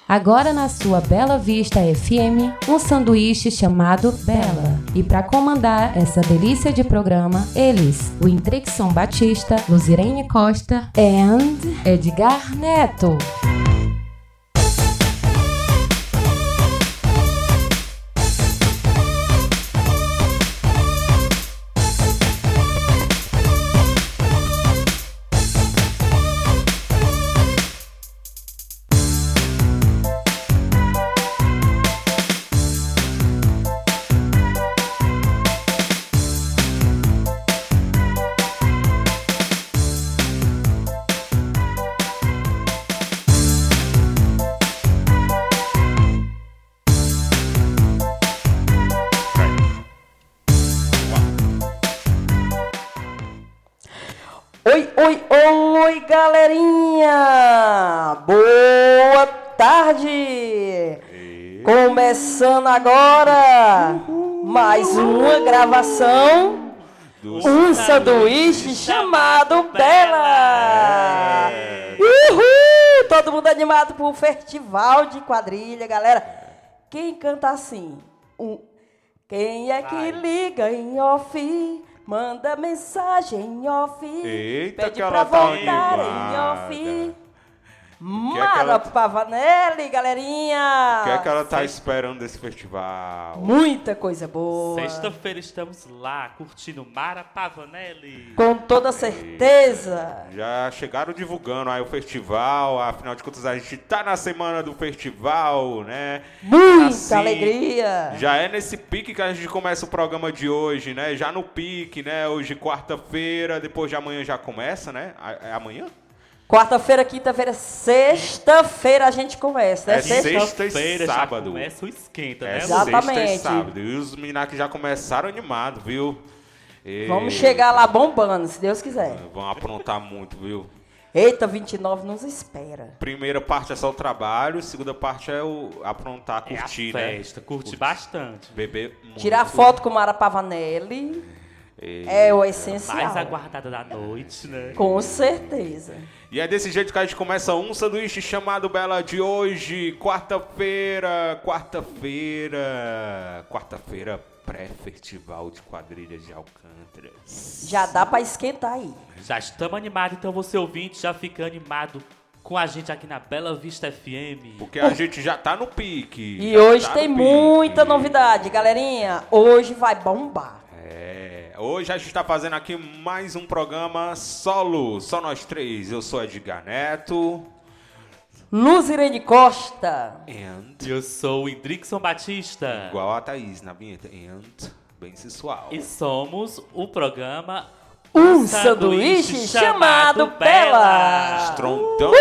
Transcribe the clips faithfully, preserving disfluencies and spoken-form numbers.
Agora na sua Bela Vista F M, um sanduíche chamado Bela. E para comandar essa delícia de programa, eles, o Indrickson Batista, Luzirene Costa e Edgar Neto. Oi, oi, oi, galerinha! Boa tarde! E... Começando agora uhul, mais uma gravação do um sanduíche chamado Bela! É. Uhul! Todo mundo animado pro festival de quadrilha, galera. Quem canta assim? Um... Quem é que Vai. liga em off? Manda mensagem em off. Eita, pede que pra ela tá voltar animada. em off. Mara ela... Pavanelli, galerinha. O que é que ela tá Sexta... esperando desse festival? Muita coisa boa. Sexta-feira estamos lá, curtindo Mara Pavanelli. Com toda certeza. Eita. Já chegaram divulgando aí o festival, afinal de contas a gente tá na semana do festival, né? Muita assim, alegria. Já é nesse pique que a gente começa o programa de hoje, né? Já no pique, né? Hoje quarta-feira, depois de amanhã já começa, né? É amanhã? Quarta-feira, quinta-feira, sexta-feira a gente começa, né? É sexta e sábado. Já começa o esquenta, é né? Exatamente. Sexta e sábado. E os meninos já começaram animados, viu? E... Vamos chegar lá bombando, se Deus quiser. Vão aprontar muito, viu? Eita, vinte e nove nos espera. Primeira parte é só o trabalho, segunda parte é o aprontar, curtir, é a festa, né? curtir curtir bastante. Beber muito. Tirar foto com Mara Pavanelli. Eita. É o essencial. Mais aguardada da noite, né? Com certeza. E é desse jeito que a gente começa um sanduíche chamado Bela de hoje, quarta-feira, quarta-feira, quarta-feira pré-festival de quadrilhas de Alcântara. Já dá pra esquentar aí. Já estamos animados, então você ouvinte já fica animado com a gente aqui na Bela Vista F M. Porque a gente já tá no pique. E hoje tá tem muita novidade, galerinha. Hoje vai bombar. É, hoje a gente tá fazendo aqui mais um programa solo, só nós três. Eu sou Edgar Neto. Luzirene Costa. And... Eu sou o Indrickson Batista. Igual a Thaís na vinheta. And... Bem sensual. E somos o programa Um Sanduíche, sanduíche chamado Bela. Estrontão.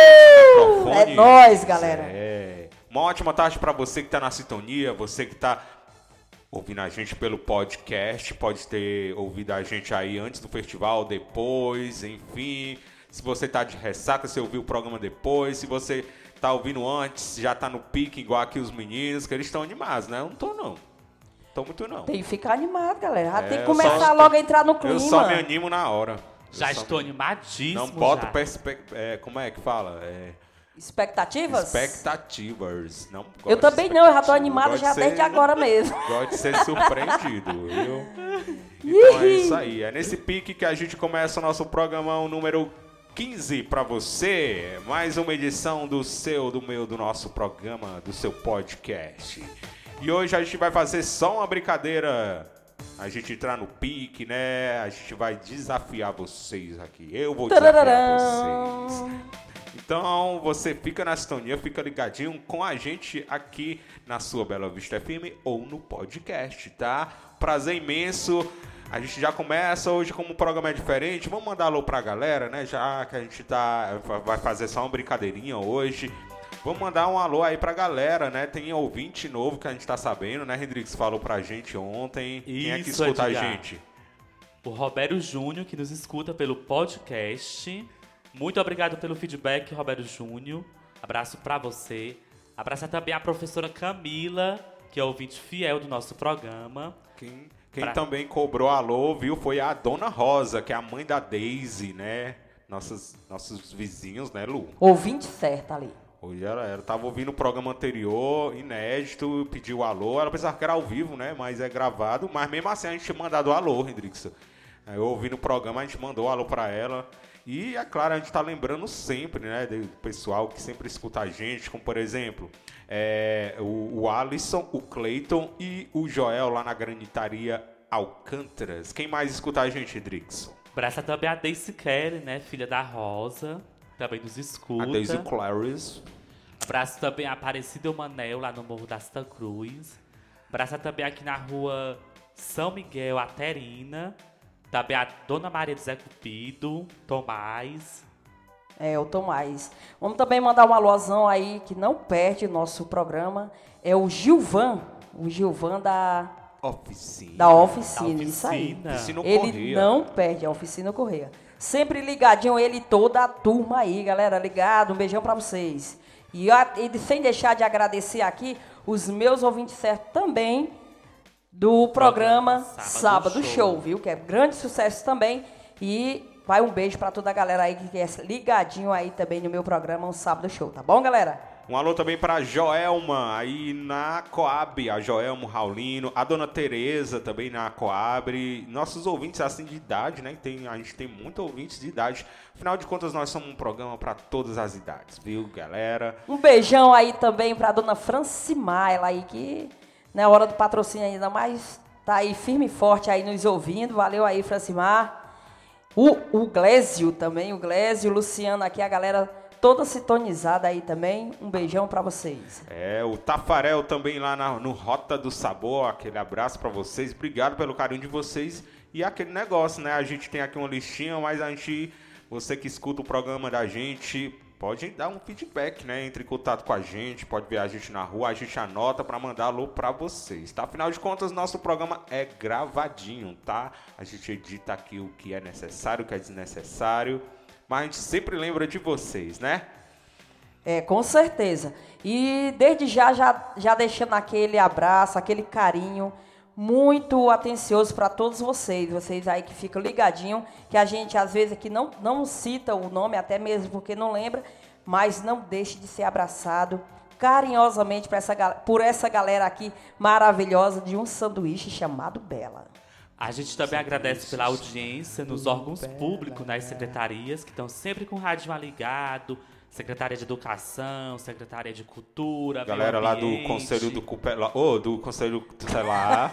Uhul! É nóis, galera. É. Uma ótima tarde pra você que tá na sintonia, você que tá ouvindo a gente pelo podcast, pode ter ouvido a gente aí antes do festival, depois, enfim. Se você tá de ressaca, você ouviu o programa depois. Se você tá ouvindo antes, já tá no pique, igual aqui os meninos, que eles estão animados, né? Eu não tô, não. Tô muito, não. Tem que ficar animado, galera. Já é, tem que começar só, logo a entrar no clima. Eu só me animo na hora. Já eu estou só... animadíssimo. Não boto perspe... é, como é que fala? É... Expectativas? Expectativas. Não eu também não, eu já tô animado já de ser... desde agora mesmo. Gosto de ser surpreendido, viu? Então é isso aí. É nesse pique que a gente começa o nosso programão número quinze pra você. Mais uma edição do seu, do meu, do nosso programa, do seu podcast. E hoje a gente vai fazer só uma brincadeira. A gente entrar no pique, né? A gente vai desafiar vocês aqui. Eu vou desafiar vocês. Então, você fica na sintonia, fica ligadinho com a gente aqui na sua Bela Vista F M ou no podcast, tá? Prazer imenso. A gente já começa hoje, como o programa é diferente, vamos mandar alô pra galera, né? Já que a gente tá, vai fazer só uma brincadeirinha hoje. Vamos mandar um alô aí pra galera, né? Tem ouvinte novo que a gente tá sabendo, né? Hendrix falou pra gente ontem. Isso, quem é que escuta Edgar. A gente? O Roberto Júnior, que nos escuta pelo podcast. Muito obrigado pelo feedback, Roberto Júnior. Abraço pra você. Abraço também a professora Camila, que é ouvinte fiel do nosso programa. Quem, quem pra... também cobrou alô, viu, foi a Dona Rosa, que é a mãe da Daisy, né? Nossos, nossos vizinhos, né, Lu? Ouvinte certo ali. Hoje ela, ela tava ouvindo o programa anterior, inédito, pediu alô. Ela pensava que era ao vivo, né? Mas é gravado. Mas mesmo assim a gente tinha mandado alô, Hendrix. Eu ouvi no programa, a gente mandou alô pra ela. E, é claro, a gente tá lembrando sempre, né? Do pessoal que sempre escuta a gente. Como, por exemplo, é, o, o Alisson, o Cleiton e o Joel lá na Granitaria Alcântaras. Quem mais escuta a gente, Hendrix? Abraça também a Daisy Kelly, né? Filha da Rosa. Também nos escuta. A Daisy Clarice. Abraço também a Aparecida Manel, lá no Morro da Santa Cruz. Abraço também aqui na rua São Miguel, a Terina. Também a Dona Maria de Zé Cupido, Tomás. É, o Tomás. Vamos também mandar um alôzão aí, que não perde o nosso programa. É o Gilvan. O Gilvan da... Oficina. Da oficina, Da isso aí. Oficina Ele Correia. não perde a Oficina Correia. Sempre ligadinho, ele e toda a turma aí, galera. Ligado, um beijão pra vocês. E, e sem deixar de agradecer aqui os meus ouvintes certos também do programa, programa Sábado, Sábado Show. Show, viu? Que é grande sucesso também. E vai um beijo pra toda a galera aí que é ligadinho aí também no meu programa, um Sábado Show, tá bom, galera? Um alô também pra Joelma, aí na Coab, a Joelma Raulino, a Dona Tereza também na Coab, nossos ouvintes assim de idade, né? Tem, a gente tem muitos ouvintes de idade, afinal de contas nós somos um programa pra todas as idades, viu, galera? Um beijão aí também pra Dona Francimar, ela aí que na hora do patrocínio ainda mais tá aí firme e forte aí nos ouvindo, valeu aí, Francimar. O, o Glésio também, o Glésio, o Luciano aqui, a galera toda sintonizada aí também. Um beijão pra vocês. É, o Tafarel também lá na, no Rota do Sabor. Aquele abraço pra vocês. Obrigado pelo carinho de vocês. E aquele negócio, né? A gente tem aqui uma listinha, mas a gente... Você que escuta o programa da gente, pode dar um feedback, né? Entre em contato com a gente, pode ver a gente na rua, a gente anota pra mandar alô pra vocês, tá? Afinal de contas, nosso programa é gravadinho, tá? A gente edita aqui o que é necessário, o que é desnecessário. Mas a gente sempre lembra de vocês, né? É, com certeza. E desde já, já, já deixando aquele abraço, aquele carinho muito atencioso para todos vocês. Vocês aí que ficam ligadinho, que a gente às vezes aqui não, não cita o nome, até mesmo porque não lembra, mas não deixe de ser abraçado carinhosamente por essa, por essa galera aqui maravilhosa de um sanduíche chamado Bela. A gente também agradece pela audiência nos órgãos públicos, nas secretarias, que estão sempre com o rádio ligado, Secretaria de Educação, Secretaria de Cultura, galera lá do Conselho do Cupela, oh, do Conselho Tutelar.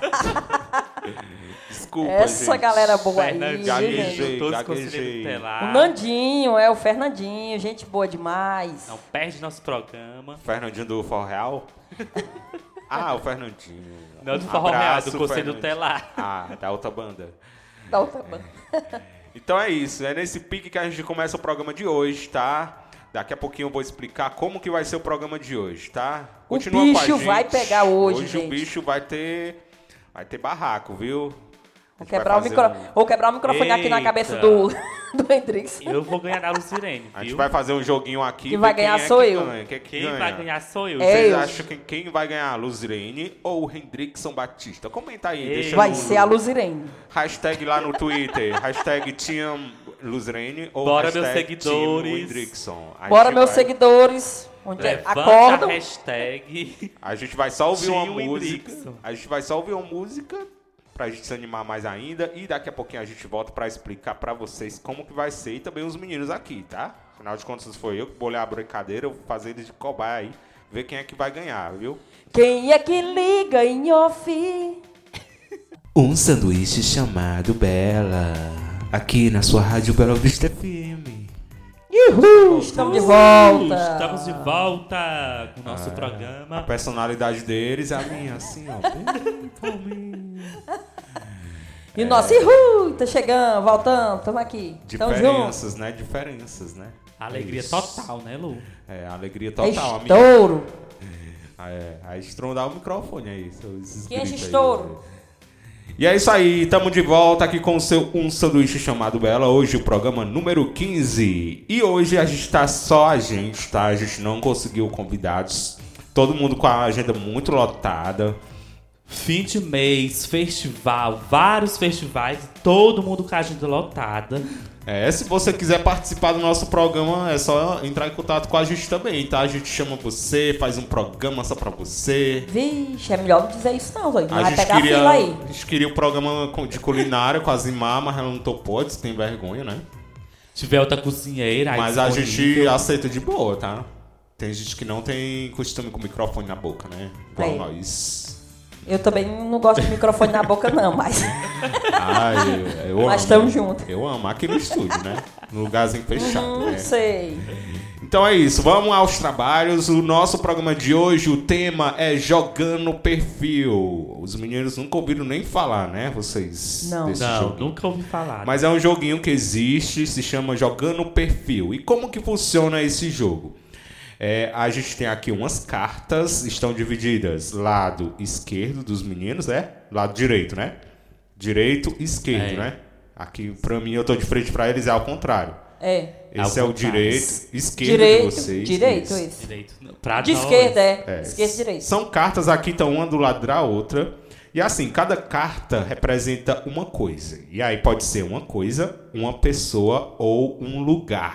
Desculpa, essa gente. galera boa aí, gaguejei, todos gaguejei. os Conselhos Tutelar. O Nandinho, é o Fernandinho, gente boa demais. Não perde nosso programa. Fernandinho do Forró Real? Ah, o Fernandinho. Não do Forró Real, do Conselho Tutelar. Ah, da outra banda. Da outra banda. Então é isso, é nesse pique que a gente começa o programa de hoje, tá? Daqui a pouquinho eu vou explicar como que vai ser o programa de hoje, tá? Continua o bicho com a gente. vai pegar hoje, Hoje gente. o bicho vai ter, vai ter barraco, viu? Vou quebrar, o micro... um... Vou quebrar o microfone Eita. aqui na cabeça do, do Hendrix. Eu vou ganhar da Luzirene, viu? A gente vai fazer um joguinho aqui. Quem vai ganhar é sou que eu. Ganha. Quem, é que Quem ganha? vai ganhar sou eu. É Vocês eu. acham que quem vai ganhar? A Luzirene ou o Hendrickson Batista? Comenta aí. Ei. Deixa Vai no... ser a Luzirene. Hashtag lá no Twitter. Hashtag Team Luzirene ou Bora, hashtag meus seguidores. Team Hendrickson. A Bora, gente meus vai... seguidores. Onde é? Levanta Acordam. a hashtag. A gente vai só ouvir uma Tio música. Hendrickson. A gente vai só ouvir uma música pra gente se animar mais ainda. E daqui a pouquinho a gente volta pra explicar pra vocês como que vai ser. E também os meninos aqui, tá? Afinal de contas, foi eu que bolei a brincadeira. Eu vou fazer eles de cobaia aí. Ver quem é que vai ganhar, viu? Quem é que liga em off? Um sanduíche chamado Bela. Aqui na sua rádio Bela Vista F M. Uhul, estamos de volta. Estamos de volta com o nosso A programa. personalidade deles é a minha, assim, ó. Bem calminho. E o nosso uhul, tá chegando, voltando, estamos aqui. Tamo junto. Diferenças, né? Diferenças, né? Alegria Isso. total, né, Lu? É, alegria É total. a minha. estouro. É, aí estrondar o microfone aí. esses Quem é gritos aí. estouro? E é isso aí, estamos de volta aqui com o seu Um Sanduíche Chamado Bela. Hoje o programa número quinze. E hoje a gente tá só a gente, tá? A gente não conseguiu convidados. Todo mundo com a agenda muito lotada. Fim de mês, festival, vários festivais, todo mundo com a agenda lotada. É, se você quiser participar do nosso programa, é só entrar em contato com a gente também, tá? A gente chama você, faz um programa só pra você. Vixe, é melhor não dizer isso não, doido. A Vai gente, pegar queria, a fila aí. a gente queria um programa com- de culinária com a Zimar, mas ela não topou, disse que tem vergonha, né? Se tiver outra cozinheira, aí Mas a gente disponível. aceita de boa, tá? Tem gente que não tem costume com o microfone na boca, né? Igual É. nós. Eu também não gosto de microfone na boca não, mas... Ai, eu, eu Mas amo. tamo junto. Eu amo. Aqui no estúdio, né? No lugarzinho fechado, Não né? sei. Então é isso, vamos aos trabalhos. O nosso programa de hoje, o tema é Jogando Perfil. Os meninos nunca ouviram nem falar, né, vocês? Não. Desse Não, jogo. nunca ouvi falar. Mas é um joguinho que existe, se chama Jogando Perfil. E como que funciona esse jogo? É, a gente tem aqui umas cartas, estão divididas lado esquerdo dos meninos, né? Lado direito, né? Direito e esquerdo, É. né? Aqui, pra mim, eu tô de frente pra eles, é ao contrário. É. Esse Ao é o contrário. direito, esquerdo Direito, de vocês. direito, isso. isso. Direito. Pra De nós. esquerda, é. É, Esquerda e direita. São cartas aqui, estão uma do lado da outra. E assim, cada carta representa uma coisa. E aí pode ser uma coisa, uma pessoa ou um lugar.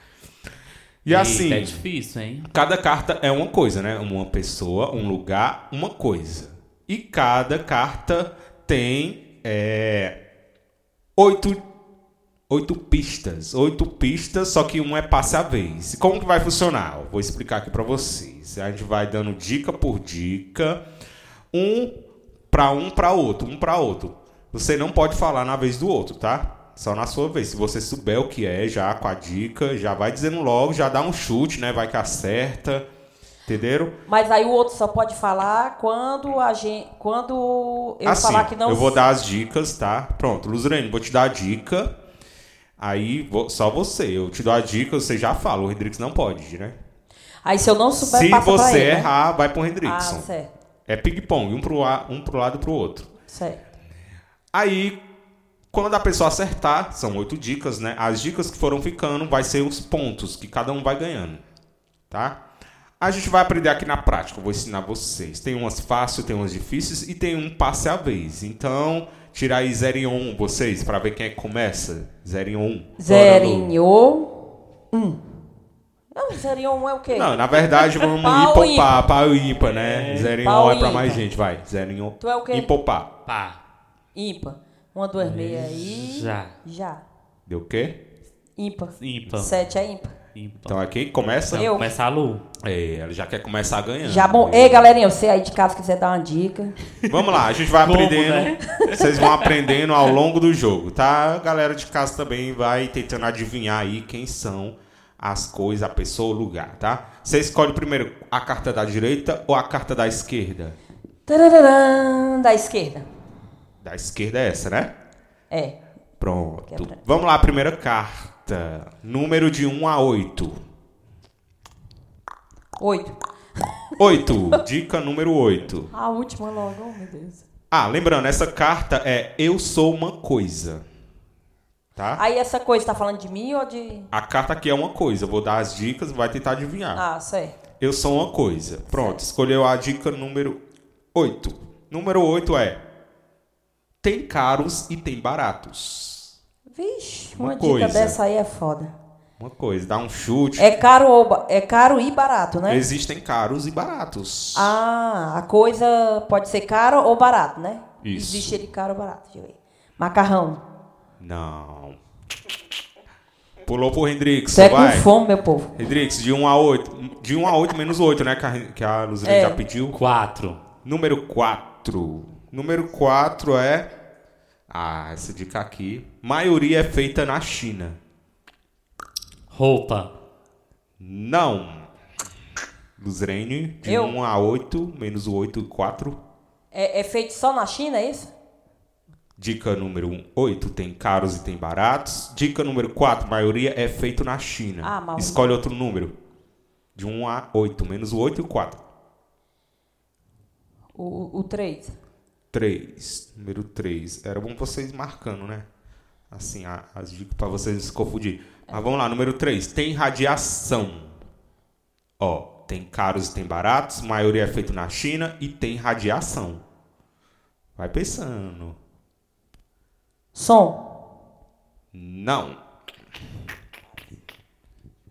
E Eita, assim, é difícil, hein? cada carta é uma coisa, né? Uma pessoa, um lugar, uma coisa. E cada carta tem é, oito, oito pistas. Oito pistas, só que uma é passe a vez. E como que vai funcionar? Eu vou explicar aqui pra vocês. A gente vai dando dica por dica. Um pra um pra outro, um pra outro. Você não pode falar na vez do outro, tá? Só na sua vez. Se você souber o que é já com a dica, já vai dizendo logo, já dá um chute, né? Vai que acerta. Entenderam? Mas aí o outro só pode falar quando a gente. Quando eu assim, falar que não. eu vou dar as dicas, tá? Pronto, Luzirene, vou te dar a dica. Aí, vou- só você. Eu te dou a dica, você já fala. O Hendrix não pode, né? Aí se eu não souber, Se passa pra você ele, né? errar, vai pro Ah, Hendrickson. certo. É ping-pong, um pro, la- um pro lado e pro outro. Certo. Aí, quando a pessoa acertar, são oito dicas, né? As dicas que foram ficando vai ser os pontos que cada um vai ganhando, tá? A gente vai aprender aqui na prática, eu vou ensinar vocês. Tem umas fáceis, tem umas difíceis e tem um passe a vez. Então, tira aí zero e um vocês, pra ver quem é que começa. zero e um. Zerinho. Um. Não, zerinho um é o quê? Não, na verdade, vamos Pau ir poupar, pau e ímpar, né? zero e Pau um é pra ímpar. mais gente, vai. zero e um Tu é o quê? e poupar. Pá. Ímpar. Uma, duas, meia aí. Já. Já. Deu o quê? Ímpar. Ímpar. Sete é ímpar. Ímpar. Então aqui começa. Eu. Começa a Lu. É, ela já quer começar ganhando. Já bom. Ei, galerinha, você aí de casa quiser dar uma dica. Vamos lá, a gente vai Como, aprendendo. né? Vocês vão aprendendo ao longo do jogo, tá? A galera de casa também vai tentando adivinhar aí quem são as coisas, a pessoa, o lugar, tá? Você escolhe primeiro a carta da direita ou a carta da esquerda? Tararã, da esquerda. Da esquerda é essa, né? É. Pronto. Quebra. Vamos lá, a primeira carta. Número de um a oito. Oito. oito. Dica número oito. A última logo, oh, meu Deus. Ah, lembrando, essa carta é Eu Sou Uma Coisa. Tá? Aí essa coisa tá falando de mim ou de... A carta aqui é uma coisa. Eu vou dar as dicas e vai tentar adivinhar. Ah, certo. Eu sou uma coisa. Pronto, escolheu a dica número oito. Número oito é tem caros e tem baratos. Vixe, Uma uma, dica coisa. dessa aí é foda. Uma coisa, dá um chute. É caro, ou ba- é caro e barato, né? Existem caros e baratos. Ah, a coisa pode ser caro ou barato, né? Isso. Existe ele caro ou barato. Deixa eu ver. Macarrão. Não. Pulou pro Hendrix, Você é com vai. fome, meu povo. Hendrix, de um a oito. De um a oito menos oito, né? Que a, que a Luzirene É. já pediu. Quatro. Número quatro. Número quatro é... Ah, essa dica aqui. Maioria é feita na China. Roupa. Não. Luzirene, de Eu? um a oito, menos o oito, quatro. É, é feito só na China, é isso? Dica número um, oito, tem caros e tem baratos. Dica número quatro, maioria é feito na China. Ah, mal. Escolhe outro número. De um a oito, menos o oito e o quatro. O, o três. três. Número três. Era bom vocês marcando, né? Assim, a- as dicas para vocês não se confundirem. Mas vamos lá, número três. Tem radiação. Ó, tem caros e tem baratos. Maioria é feito na China e tem radiação. Vai pensando. Som. Não.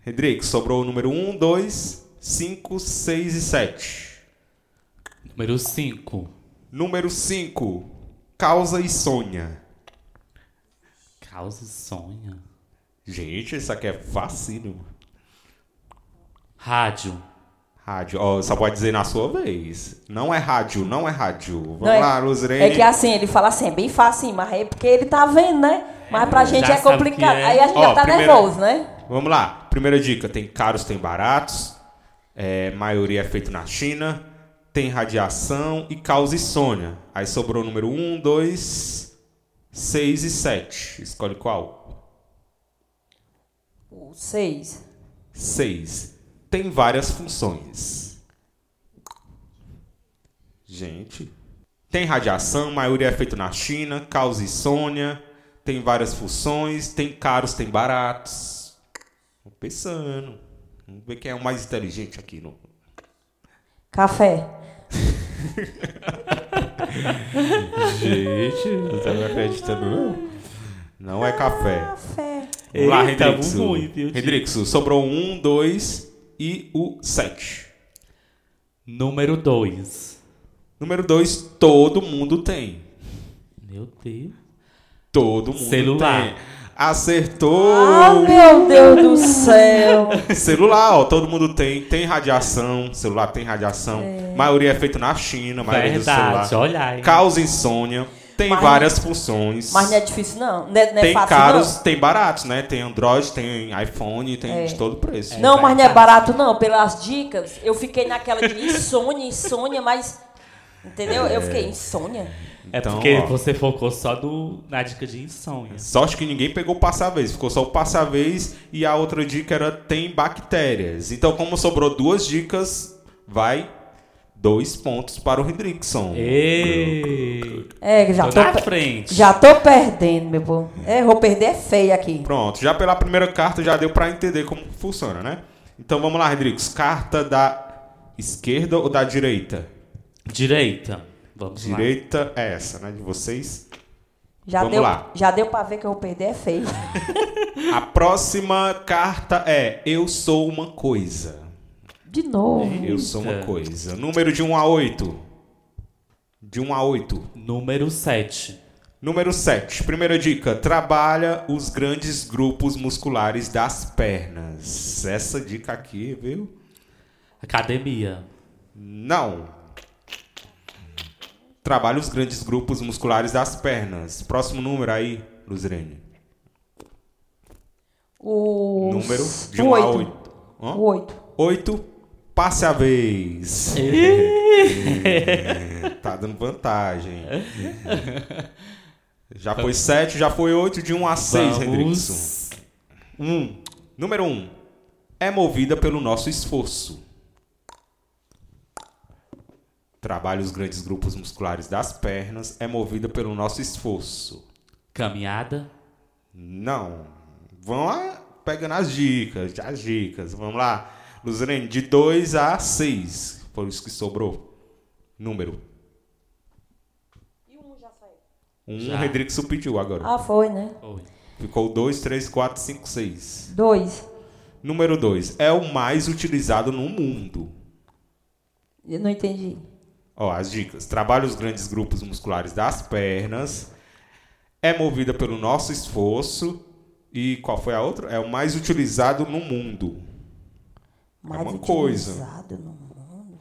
Rodrigo, sobrou o número um, dois, cinco, seis e sete. Número cinco. Número cinco. Causa e sonha. Causa e sonha. Gente, isso aqui é fácil. Rádio. Rádio. Ó, só pode dizer na sua vez. Não é rádio, não é rádio. Vamos Não, lá, é, Luzirene. é que assim, ele fala assim, é bem fácil, mas é porque ele tá vendo, né? Mas pra gente já é sabe complicado. que é. Aí a gente Ó, já tá primeira- nervoso, né? Vamos lá. Primeira dica. Tem caros, tem baratos. É, maioria é feito na China. Tem radiação e causa insônia. Aí sobrou o número um, dois, seis e sete. Escolhe qual? O seis. seis. Tem várias funções. Gente. Tem radiação, maioria é feito na China, causa insônia, tem várias funções, tem caros, tem baratos. Tô pensando. Vamos ver quem é o mais inteligente aqui. No... Café. Gente, você não acredita não? Não é café. Café. Vamos lá, Eita, Redrixo. ruim, viu, Diego? Redrixo, sobrou um, dois e o sete. Número dois. Número dois, todo mundo tem. Meu Deus. Todo mundo Celular. tem. Acertou! Ah, meu Deus do céu. Celular, ó, todo mundo tem. Tem radiação. Celular tem radiação. É. Maioria é feito na China, maioria Verdade, do celular. olha aí. Causa insônia. Tem Mas- várias funções. Mas não é difícil, não. Não é, não é Tem fácil, caros, não. tem baratos, né? Tem Android, tem iPhone, tem É. de todo preço. Não, mas não é verdade. barato, não. Pelas dicas, eu fiquei naquela de insônia, insônia, mas... Entendeu? Eu fiquei insônia. É Então, porque ó. você focou só do, na dica de insônia. Sorte que ninguém pegou o passa-vez. Ficou só o passa-vez e a outra dica era tem bactérias. Então, como sobrou duas dicas, vai dois pontos para o Hendrickson. Ei, É, já tô tô, na pe- frente. já tô perdendo, meu povo. É, vou perder é feio aqui. Pronto, já pela primeira carta já deu para entender como funciona, né? Então vamos lá, Hendrickson. Carta da esquerda ou da direita? Direita. Vamos lá. Direita é essa, né? De vocês. Já Vamos deu, lá. Já deu pra ver que eu vou perder é feio. A próxima carta é Eu Sou Uma Coisa. De novo. Eu sou uma Eita. coisa. Número de um a oito. De um a oito. Número sete. Número sete. Primeira dica. Trabalha os grandes grupos musculares das pernas. Essa dica aqui, viu? Academia. Não. Trabalha os grandes grupos musculares das pernas. Próximo número aí, Luzirene. O... Número de o um a oito. oito. Hã? O oito. Oito. Passe a vez. Tá dando vantagem. Já foi sete, já foi oito, de um a seis, Hendrickson. Vamos. Um. Número um. É movida pelo nosso esforço. Trabalha os grandes grupos musculares das pernas. É movida pelo nosso esforço. Caminhada. Não. Vão lá pegando as dicas. As dicas. Vamos lá. Luzirene, de dois a seis. Foi isso que sobrou. Número. E um já saiu. Um, Já. Hendrickson pediu agora. Ah, foi, né? Oi. Ficou dois, três, quatro, cinco, seis. Dois. Número dois. É o mais utilizado no mundo. Eu não entendi. Ó, as dicas. Trabalha os grandes grupos musculares das pernas. É movida pelo nosso esforço. E qual foi a outra? É o mais utilizado no mundo. Mais uma coisa. utilizado no mundo.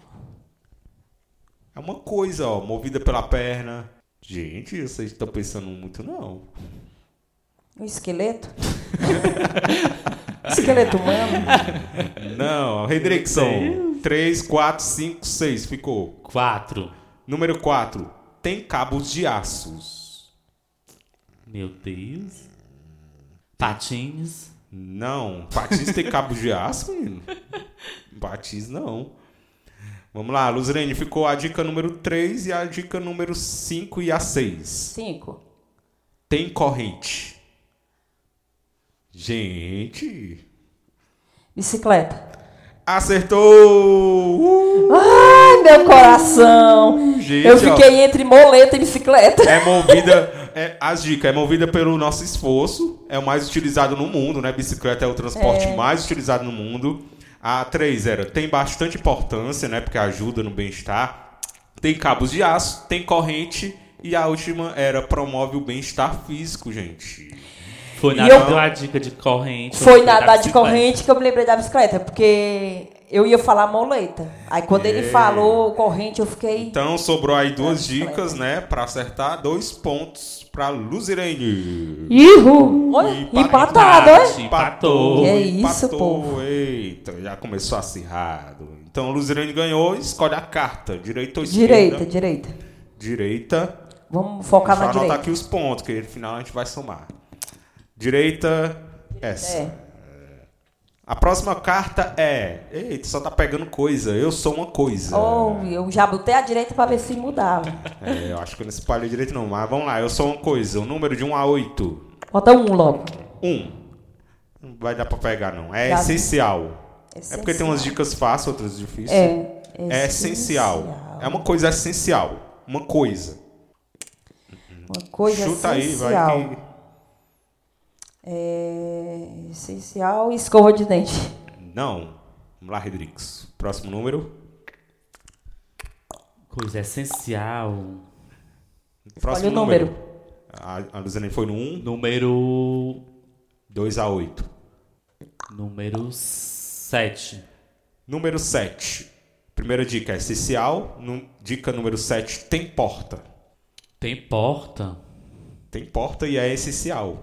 É uma coisa, ó. Movida pela perna. Gente, vocês estão pensando muito, não. Um esqueleto? Esqueleto humano? Não, Hendrickson. três, quatro, cinco, seis. Ficou. Quatro. Número quatro. Tem cabos de aços. Meu Deus. Patins. Não. Patins tem cabos de aço, menino? Patins não. Vamos lá, Luzirene. Ficou a dica número três e a dica número cinco e a seis. Cinco. Tem corrente. Gente. Bicicleta. Acertou! Uh! Ai, meu coração. Gente, Eu ó. fiquei entre moleta e bicicleta. É movida, é, as dicas, é movida pelo nosso esforço, é o mais utilizado no mundo, né? Bicicleta é o transporte É. mais utilizado no mundo. A três era, tem bastante importância, né? Porque ajuda no bem-estar. Tem cabos de aço, tem corrente. E a última era, promove o bem-estar físico, gente. Foi E na eu- deu a dica de corrente. eu Foi lembrei na da da de bicicleta. corrente que eu me lembrei da bicicleta, porque eu ia falar moleta. Aí quando ele É. falou corrente, eu fiquei. Então sobrou aí duas bicicleta. dicas, né? Pra acertar, dois pontos pra Luzirene. Ihu! Olha, Empate. empatado, é? Empatou. Que é isso, empatou. pô. Eita, já começou acirrado. Então, Luzirene ganhou, escolhe a carta. Direita ou Direita, esquerda? direita. Direita. Vamos focar Deixa eu na anotar direita. aqui os pontos, que no final a gente vai somar. Direita, essa. É. A próxima carta é... Eita, só tá pegando coisa. Eu sou uma coisa. Oh, eu já botei a direita pra ver se mudava. É, eu acho que eu não espalhei direito não, mas vamos lá. Eu sou uma coisa. O número de um a oito. Bota um logo. um. Não vai dar pra pegar, não. É Dá. essencial. É porque tem umas Essencial. dicas fáceis, outras difíceis. É. É essencial. É uma coisa essencial. Uma coisa. Uma coisa Chuta aí, essencial. vai que... É essencial, escova de dente. Não. Vamos lá, Redrix. Próximo número. Coisa essencial. Próximo Olha o número. A, a Luzane foi no um, Número. dois a oito. Número sete. Número sete. Primeira dica é essencial. Nu- dica número sete, tem porta. Tem porta. Tem porta e é essencial.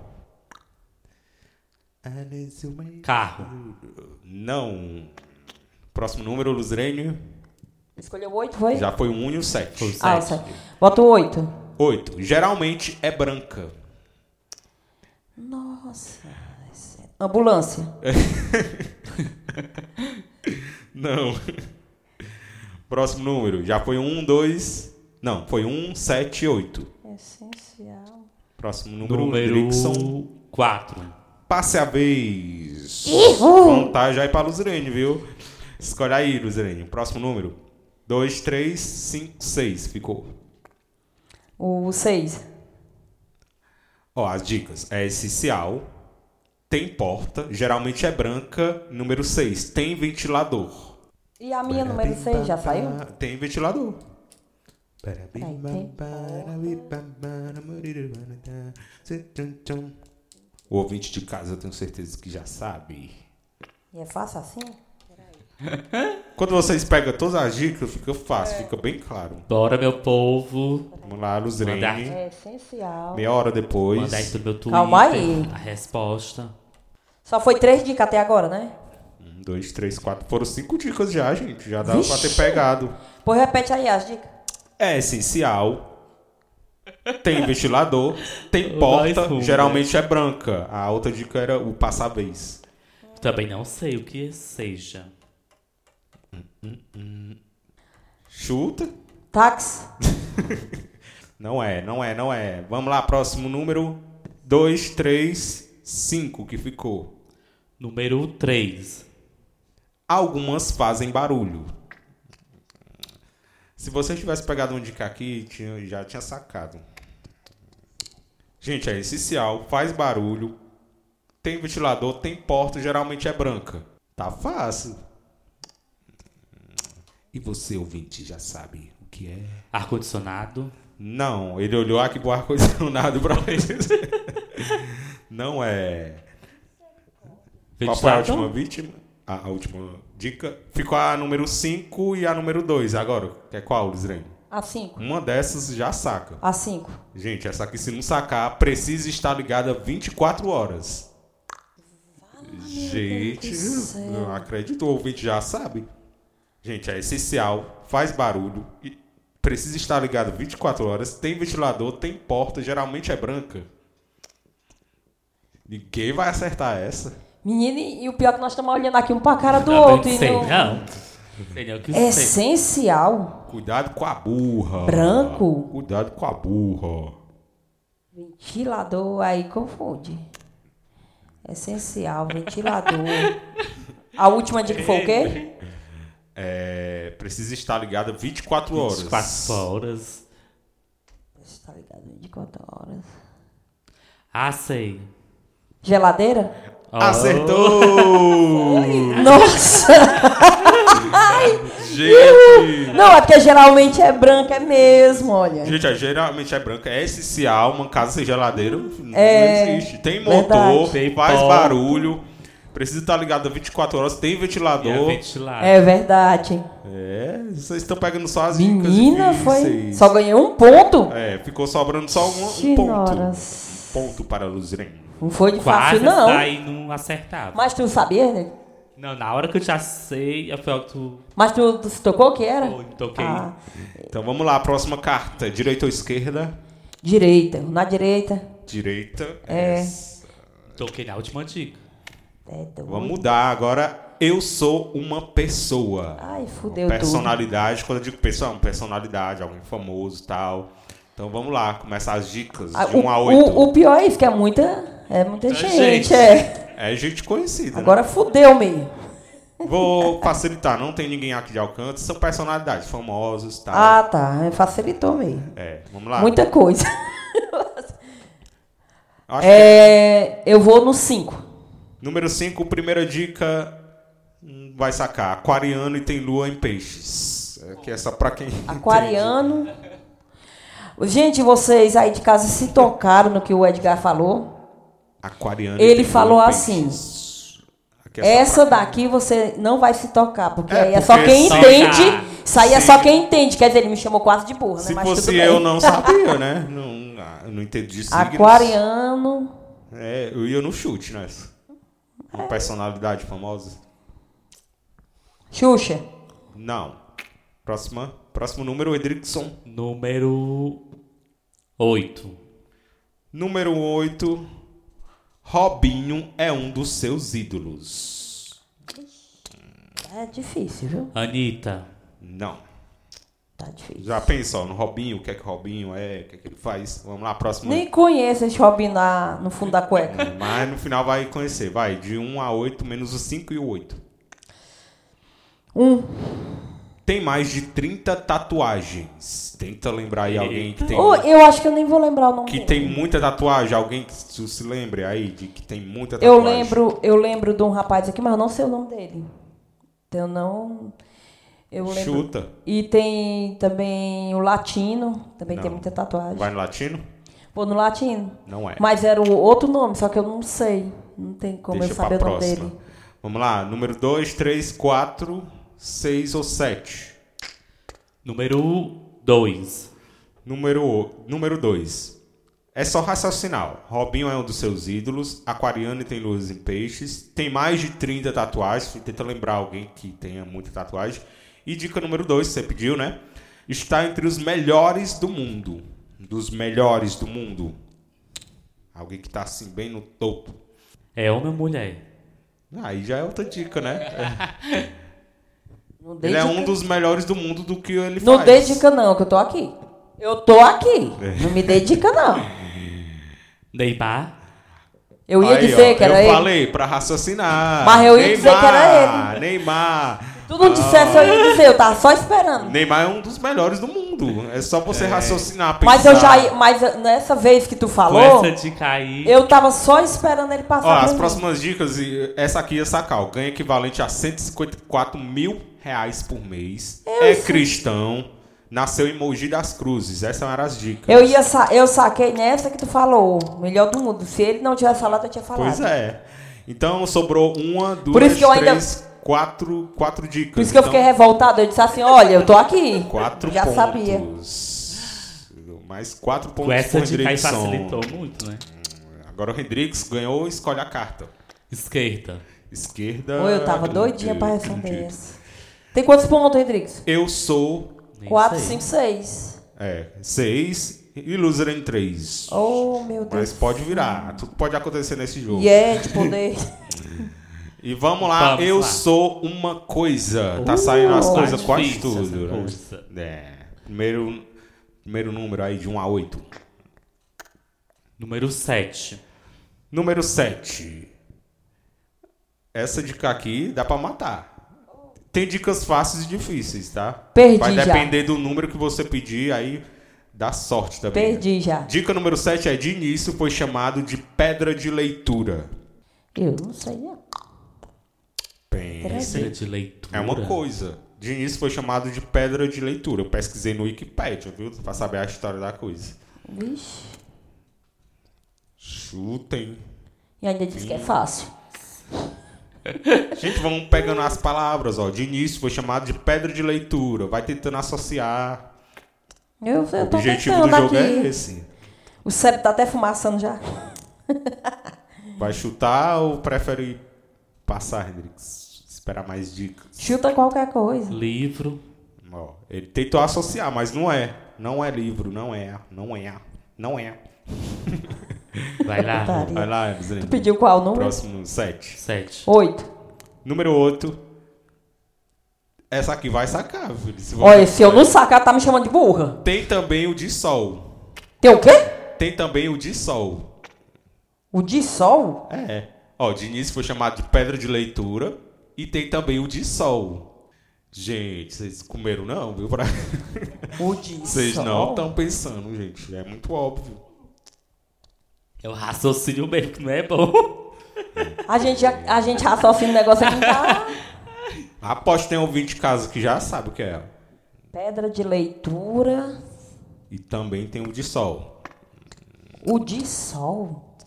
Carro. Não. Próximo número, Luzrênio. Escolheu o oito, foi? Já foi o um e o sete. Foi o Ah, o sete. sete. Bota o oito. oito. Geralmente é branca. Nossa. Ambulância. Não. Próximo número. Já foi um, dois. Não, foi um, sete e oito. Essencial. Próximo número, Número Drickson. quatro. Passe a vez. Ihu! Vantagem aí pra Luzirene, viu? Escolhe aí, Luzirene. Próximo número. dois, três, cinco, seis. Ficou. O seis. Ó, as dicas. É essencial. Tem porta. Geralmente é branca. Número seis. Tem ventilador. E a minha número seis já saiu? Tem ventilador. O ouvinte de casa eu tenho certeza que já sabe. E é fácil assim? Quando vocês pegam todas as dicas, fica fácil, fica bem claro. Bora, meu povo. Vamos lá, Luzrene. Mandar. É essencial. Meia hora depois. Manda aí pro meu Twitter. Calma aí. A resposta. Só foi três dicas até agora, né? Um, dois, três, quatro. Foram cinco dicas já, gente. Já dava pra ter Vixe. pegado. Pois repete aí as dicas. É essencial. Tem ventilador. Tem O porta. iPhone, Geralmente é branca. A outra dica era o passa-vez. Também não sei o que seja. Chuta. Táxi. Não é, não é, não é. Vamos lá, próximo número. dois, três, cinco que ficou. Número três. Algumas fazem barulho. Se você tivesse pegado uma dica aqui, tinha, já tinha sacado. Gente, é essencial, faz barulho, tem ventilador, tem porta, geralmente é branca. Tá fácil. E você, ouvinte, já sabe o que é? Ar-condicionado. Não, ele olhou aqui pro ar-condicionado pra ele. Não é. Qual foi a última vítima? A, a última dica? Ficou a número cinco e a número dois. Agora, que é qual, Lizrene? A cinco. Uma dessas já saca. A cinco. Gente, essa aqui, se não sacar, precisa estar ligada vinte e quatro horas. Gente, Deus do céu. não acredito, o ouvinte já sabe. Gente, é essencial, faz barulho, e precisa estar ligado vinte e quatro horas, tem ventilador, tem porta, geralmente é branca. Ninguém vai acertar essa. Menino, e o pior é que nós estamos olhando aqui um pra cara do Também outro. E sei, não... não. Sei nem o que sei. Essencial. Cuidado com a burra. Branco? Cuidado com a burra. Ventilador, aí confunde. Essencial, ventilador. A última dica foi o quê? É, precisa estar ligada vinte e quatro horas. vinte e quatro horas. Está ligado vinte e quatro horas. Ah, sei. Geladeira? Oh. Acertou! Nossa! Gente! Não, é porque geralmente é branca, é mesmo, olha. Gente, é, geralmente é branca. É essencial uma casa sem geladeira. Não É, existe. Tem motor, verdade. Tem faz pó. barulho. Precisa estar ligado vinte e quatro horas. Tem E ventilador. a ventilar. É verdade. É, vocês estão pegando só as dicas Menina, foi. difíceis. Só ganhei um ponto. É, ficou sobrando só um, um ponto. Senhoras. Ponto para a Luzirene. Não foi de Quase fácil, não. daí não acertava. Mas tu sabia, né? Não, na hora que eu já sei, foi o que tu... Mas tu, tu se tocou o que era? Pô, toquei. Ah, Então vamos lá, próxima carta. Direita ou esquerda? direita. Na direita. Direita. É. Essa. Toquei na última dica. É, doido. Vamos mudar agora. Eu sou uma pessoa. Ai, fudeu Personalidade, quando eu digo pessoa, é uma personalidade, alguém famoso e tal. Então vamos lá, começar as dicas tudo. Ah, de o, um a oito. o, o pior é isso, que é muita, é muita É gente. gente. É. É gente conhecida. Agora fudeu mesmo. Né? Vou facilitar, não tem ninguém aqui de alcance, são personalidades famosas e tal. Ah, tá. Facilitou mesmo. É, vamos lá. Muita coisa. Acho que É, eu vou no cinco. número cinco, primeira dica, hum, vai sacar. Aquariano e tem lua em peixes. É que essa pra quem Aquariano. Gente, vocês aí de casa se tocaram no que o Edgar falou. entende. Aquariano e Ele tem falou lua em assim, peixes. Aqui é só essa pra- daqui você não vai se tocar, porque É, aí é só porque quem só- entende. Isso aí é Sim. só quem entende. Quer dizer, ele me chamou quase de burra, né? Se Mas fosse tudo bem. eu, não sabia, né? Não, ah, eu não entendi de signos. Aquariano. É, eu ia no chute nessa. Uma personalidade famosa. Xuxa. Não. Próxima, próximo número, Edrickson. Número oito. Número oito. Robinho é um dos seus ídolos. É difícil, viu? Anitta. Não. Tá difícil. Já pensou no Robinho, o que é que o Robinho é, o que é que ele faz? Vamos lá, próximo. Nem conheço esse Robin lá no fundo da cueca. Mas no final vai conhecer. Vai, de um a oito, menos o cinco e o oito. Um. Tem mais de trinta tatuagens. Tenta lembrar aí alguém que tem... Oh, eu acho que eu nem vou lembrar o nome Que dele. tem muita tatuagem, alguém que se se lembre aí de que tem muita Eu tatuagem. lembro, eu lembro de um rapaz aqui, mas eu não sei o nome dele. Então eu não. Eu lembro. Chuta. E tem também o latino, também Não. tem muita tatuagem. Vai no latino? Vou no latino. Não é. Mas era o outro nome, só que eu não sei. Não tem como Deixa eu saber o pra nome próxima. dele. Vamos lá, número dois, três, quatro, seis ou sete. Número dois. Número número dois. É só raciocinar. Robinho é um dos seus ídolos. Aquariano e tem luzes em peixes. Tem mais de trinta tatuagens. Tenta lembrar alguém que tenha muita tatuagem. E dica número dois, você pediu, né? Está entre os melhores do mundo. Dos melhores do mundo. Alguém que está assim, bem no topo. É homem ou mulher? Aí já é outra dica, né? Não dê Ele é dica. um dos melhores do mundo do que ele Não faz. dê dica não, que eu tô aqui. Eu tô aqui. É. Não me dê dica não. Neymar? Eu ia Aí, dizer ó, que era eu ele. falei pra raciocinar. Mas eu ia dizer que era Neymar, Neymar. Tu não dissesse, eu ia dizer, eu tava só esperando. Neymar é um dos melhores do mundo. É só você raciocinar, pensar. Mas eu já ia- mas nessa vez que tu Com falou, essa dica aí. eu tava só esperando ele passar Ó, pra as mim. próximas dicas, e essa aqui ia sacar. ó, Ganha equivalente a cento e cinquenta e quatro mil reais por mês. é sei. cristão. Nasceu em Mogi das Cruzes. Essas eram as dicas. Eu ia sa eu saquei nessa que tu falou, melhor do mundo. Se ele não tivesse falado, eu tinha falado. Pois é. Então sobrou uma, duas, Por isso que eu ainda- três, quatro, quatro dicas. Por isso que eu Então, fiquei revoltada. Eu disse assim, olha, eu tô aqui. Quatro Já pontos. sabia. Mais quatro pontos Com essa pro dica aí Hendrickson. facilitou muito, né? Agora o Hendrix ganhou, escolhe a carta. Esquerda. Esquerda. Ou eu tava doidinha pra responder essa. Tem quantos pontos, Rodrigues? Eu sou. Nem Quatro, sei. cinco, seis. É, seis e loser em três. Oh, meu Deus. Mas pode virar. Tudo pode acontecer nesse jogo. E é de poder. E vamos lá, Vamos eu lá. sou uma coisa. Tá saindo as Uh, coisas tá quase difícil essa tudo. Né? coisa. É. Primeiro, primeiro número aí de um a oito. Número sete. Número sete. Essa dica aqui dá pra matar. Tem dicas fáceis e difíceis, tá? Perdi Vai já. depender do número que você pedir, aí dá sorte também. Perdi já. Dica número sete é: de início foi chamado de pedra de leitura. Eu não sei, não. Pensa. Pedra de leitura. É uma coisa. De início foi chamado de pedra de leitura. Eu pesquisei no Wikipedia, viu? Pra saber a história da coisa. Vixe. Chutem. E ainda diz que é fácil. Gente, vamos pegando as palavras, ó. De início foi chamado de pedra de leitura. Vai tentando associar. Eu, eu O tô objetivo do tentando jogo aqui. é esse. O cérebro tá até fumaçando já. Vai chutar ou prefere passar, Hendrix? Esperar mais dicas. Chuta qualquer coisa. Livro. Ó, ele tentou associar, mas não é. Não é livro, não é. Não é. Não é. Vai lá. Putaria. Vai lá, Hendrix. Tu pediu qual número? Próximo, sete. Sete. Oito. Número oito. Essa aqui vai sacar, filho. Se você- Olha, se eu não sacar, tá me chamando de burra. Tem também o de sol. Tem o quê? Tem também o de sol. O de sol? É. Ó, de início foi chamado de pedra de leitura. E tem também o de sol. Gente, vocês comeram não, viu? Pra... O de Vocês sol? não estão pensando, gente. É muito óbvio. É o raciocínio mesmo, que não é bom. A gente, já- a gente raciocina o negócio aqui, tá? Aposto que tem um ouvinte de casa que já sabe o que é. Pedra de leitura. E também tem o de sol. O de sol?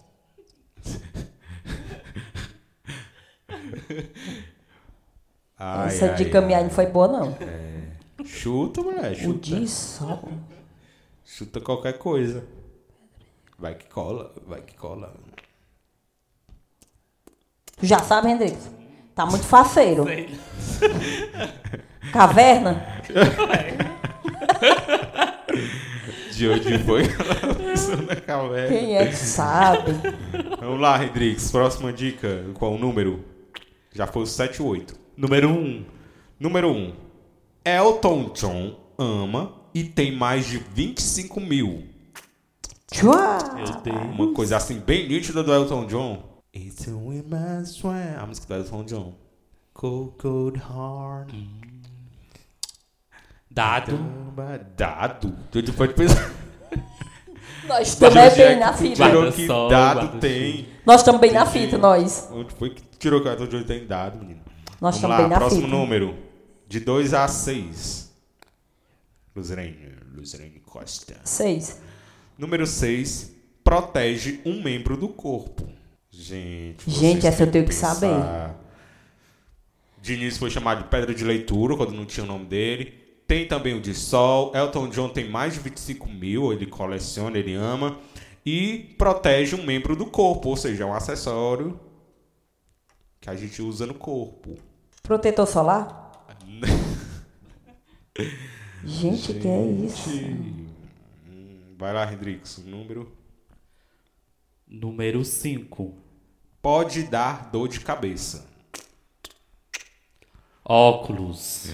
Ai, Essa ai, dica minha ai. não foi boa, não. Chuta, mulher. O Chuta. de sol. Chuta qualquer coisa. Vai que cola, vai que cola. Tu já sabe, Hendrix? Tá muito faceiro. Caverna? De onde foi que ela pensou na caverna? Quem é que sabe? Vamos lá, Hendrix. Próxima dica. Qual o número? Já foi o sete oito. Número um. Número um. Elton John ama e tem mais de vinte e cinco mil. Tchua! Meu Deus. Uma coisa assim bem nítida do Elton John. It's a woman's swear. A música do Elton John. Cold, cold heart. Dado. Dado? Tu pode pensar. Nós estamos é bem na Tu fita. tirou que Guarda-sol, dado guarda-chuva. tem. Nós estamos bem na fita, nós. Onde foi que tirou que o Elton John tem dado, menino? Nós Vamos estamos lá, bem na próximo fita. número. De dois a seis. Luzirene. Luzirene Costa. Seis. Número seis. Protege um membro do corpo. Gente. Gente, vocês essa eu têm tenho que saber. De início foi chamado de pedra de leitura, quando não tinha o nome dele. Tem também o de sol. Elton John tem mais de vinte e cinco mil. Ele coleciona, ele ama. E protege um membro do corpo. Ou seja, é um acessório que a gente usa no corpo. Protetor solar? Gente, que é isso? Hum, Vai lá, Hendrix. O número. Número cinco. Pode dar dor de cabeça. Óculos.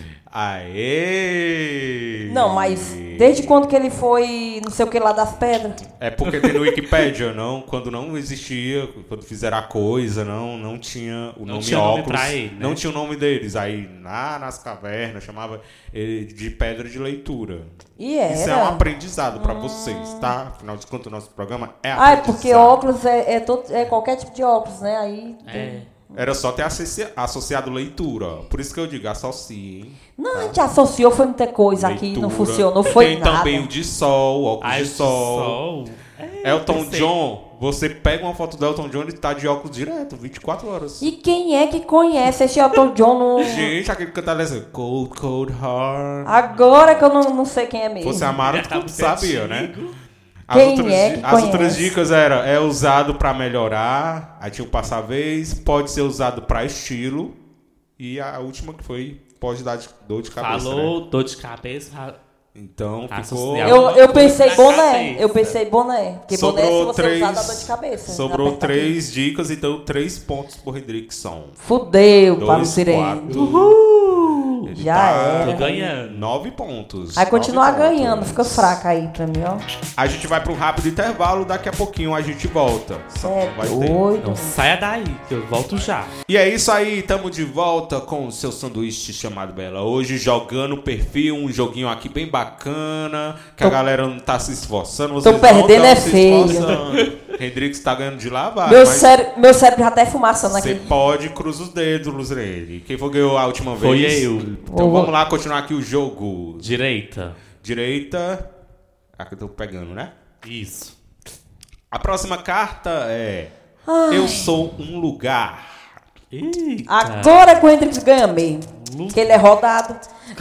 Aê! Não, mas desde quando que ele foi não sei o que lá das pedras? É porque tem no Wikipedia, não? Quando não existia, quando fizeram a coisa, não, não tinha o Não nome tinha nome óculos. pra ele, né? Não tinha o nome deles. Aí, lá nas cavernas, chamava ele de pedra de leitura. E era. Isso é um aprendizado pra vocês, tá? Afinal de contas, o nosso programa é Ah, é aprendizado. porque óculos é, é, todo, é qualquer tipo de óculos, né? Aí. É. Era só ter associa- associado leitura. ó. Por isso que eu digo, associe. Não, a gente associou, foi muita coisa aqui, não Leitura. funcionou, foi Tem nada. também o de sol, óculos Ah, de o sol. sol. É, Elton pensei. John, você pega uma foto do Elton John e tá de óculos direto, vinte e quatro horas. E quem é que conhece esse Elton John? No... Gente, aquele cantar assim, Cold, Cold Heart. Agora que eu não, não sei quem é mesmo. Você amara, Tá tu muito sabia, né? antigo. As, Quem outras, é que di- as conhece? outras dicas eram, é usado pra melhorar, aí tinha o passa-vez, pode ser usado pra estilo, e a última que foi, pode dar de- dor de cabeça, Falou, né? dor de cabeça. ra- Então, ficou... Associado. Eu, eu Alguma pensei coisa na boné. cabeça. Eu pensei boné. Porque boné, se Sobrou você três, usar, dá dor de cabeça. sobrou Aperta três dicas, então três pontos por Hendrickson. aqui. Fudeu, para o Dois, Sirene. quatro. Uhul! Ele Já tá era. Tô ganhando. Nove pontos. Aí continuar Nove ganhando, pontos. fica fraca aí pra mim, ó. A gente vai pro rápido intervalo, daqui a pouquinho a gente volta. Cê é Vai ter. doido. Não saia daí, que eu volto já. E é isso aí, tamo de volta com o seu sanduíche chamado Bela. Hoje jogando perfil, um joguinho aqui bem bacana, que Tô- a galera não tá se esforçando. Tô Vocês perdendo não é tão se feio. esforçando. Hendrix tá ganhando de lavar, Meu, mas cére meu cérebro já tá esfumaçando você aqui. pode cruzar os dedos, Luzrene. Quem foi que ganhou a última Foi vez? eu. Então Ô, vamos lá continuar aqui o jogo. Direita. Direita. Aqui eu tô pegando, né? Isso. A próxima carta é... Ai. Eu sou um lugar. Eita. Agora que o Hendrix ganha mesmo. Que ele é rodado.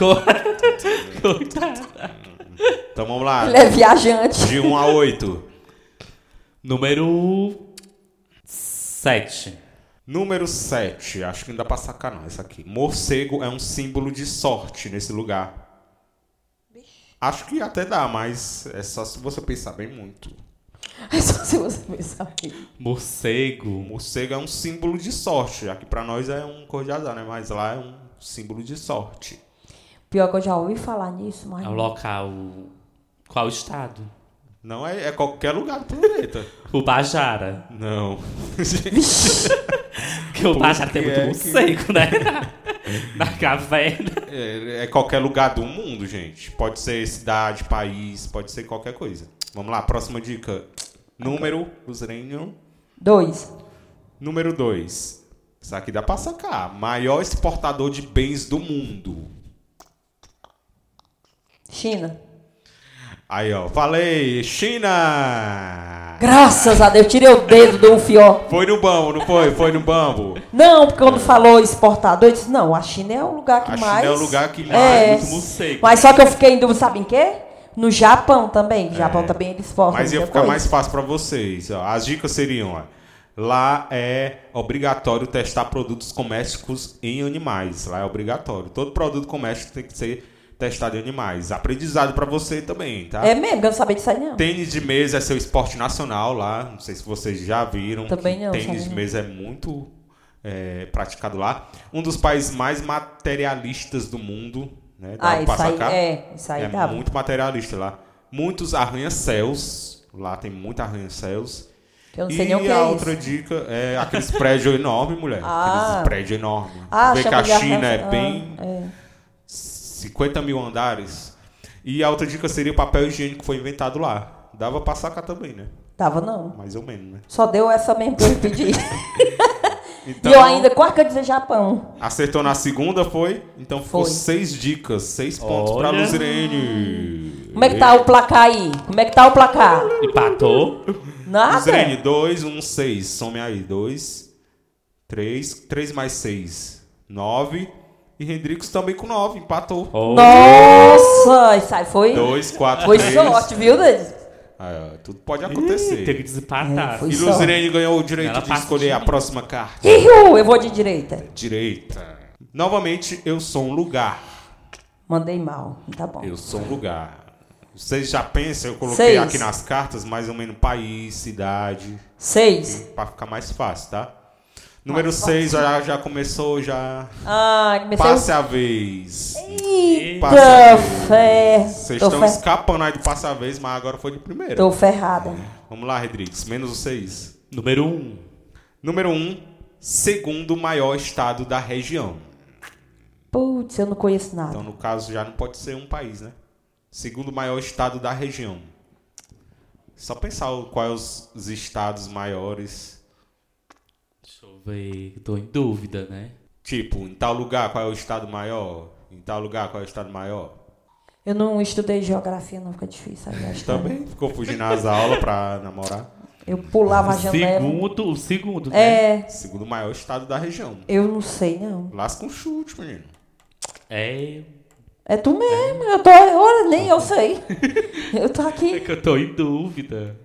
Coitada. Então vamos lá. Ele é viajante. De um a oito. Número sete. Número sete. Acho que não dá pra sacar não, essa aqui. Morcego é um símbolo de sorte nesse lugar. Acho que até dá, mas é só se você pensar bem muito. É só se você pensar aqui. Morcego. Morcego é um símbolo de sorte. Aqui pra nós é um cor de azar, né? Mas lá é um símbolo de sorte. Pior que eu já ouvi falar nisso, mas... É o local. Qual estado? Não é, é qualquer lugar do planeta. O Bajara. Não. Porque o Bajara tem muito é morcego, né? Na caverna. É, é qualquer lugar do mundo, gente. Pode ser cidade, país, pode ser qualquer coisa. Vamos lá, próxima dica. Número, Luzrênio. Dois. Número dois. Isso aqui dá pra sacar. Maior exportador de bens do mundo. China. Aí, ó. Falei. China! Graças a Deus, tirei o dedo do fió. Foi no bambo, não foi? Foi no bambo. Não, porque quando falou exportador, eu disse, não, a China é o lugar que A China mais... é o lugar que mais... É. Muito morcego. Mas só que eu fiquei em dúvida, sabe em quê? No Japão também. No Japão também eles exportam. Mas ia muita ficar coisa. mais fácil pra vocês. Ó. As dicas seriam, ó. Lá é obrigatório testar produtos domésticos em animais. Lá é obrigatório. Todo produto doméstico tem que ser testado em animais. Aprendizado pra você também, tá? É mesmo, que eu não sabia disso aí, não. Tênis de mesa é seu esporte nacional lá. Não sei se vocês já viram. Também que não, Tênis sabia de não. mesa é muito é, praticado lá. Um dos países mais materialistas do mundo. Né? Dá Ah, pra isso aí, sacar? é, isso aí É dava. muito materialista lá. Muitos arranha-céus. Lá tem muito arranha-céus. Eu não E sei nem o que a é outra isso. dica é aqueles prédios enormes, mulher. Ah. Aqueles prédios enormes. Ah, Vê que chama a de arranha- China é ah, bem... é. cinquenta mil andares. E a outra dica seria o papel higiênico que foi inventado lá. Dava pra sacar também, né? Tava não. Mais ou menos, né? Só deu essa mesmo que eu pedi. Então, E eu ainda quase que eu dizer Japão. acertou na segunda, foi? Então ficou Foi. seis dicas. Seis pontos Olha. pra Luzirene. Como é que tá o placar aí? Como é que tá o placar? Empatou. Nada. Luzirene, dois, um, seis. Some aí. Dois, três, três mais seis. Nove. E Hendrix também com nove. Empatou. Oh. Nossa, isso aí foi... Dois, quatro, Foi três. sorte, viu, Denis? Ah, tudo pode Ih, acontecer. teve que desempatar. É, foi E sorte. Luzirene ganhou o direito Ela de passa escolher de a mim. próxima carta. Ihu, eu vou de direita. Direita. Novamente, eu sou um lugar. Mandei mal, tá bom. Eu sou um lugar. Vocês já pensam, eu coloquei Seis. aqui nas cartas mais ou menos país, cidade, Seis. pra ficar mais fácil, tá? Número seis já, já começou, já. Ah, comecei... Passe a vez. Passe Eita, a vez. fé. Vocês Tô, estão fer... escapando aí de passe a vez, mas agora foi de primeira. Tô ferrada. Vamos lá, Rodrigues. Menos o seis. Número um. Número um, segundo maior estado da região. Putz, eu não conheço nada. Então, no caso, já não pode ser um país, né? Segundo maior estado da região. Só pensar o- quais os, os estados maiores. Deixa eu ver. Tô em dúvida, né? Tipo, em tal lugar, qual é o estado maior? Em tal lugar, qual é o estado maior? Eu não estudei geografia, não fica difícil. Aí, acho que Também ficou fugindo nas aulas pra namorar. Eu pulava a O janela. segundo, o segundo, né? É, Segundo maior estado da região. eu não sei, não. Lasca um chute, menino. É. É tu mesmo, eu tô... Olha, nem eu sei. Eu tô É aqui. que eu tô em dúvida.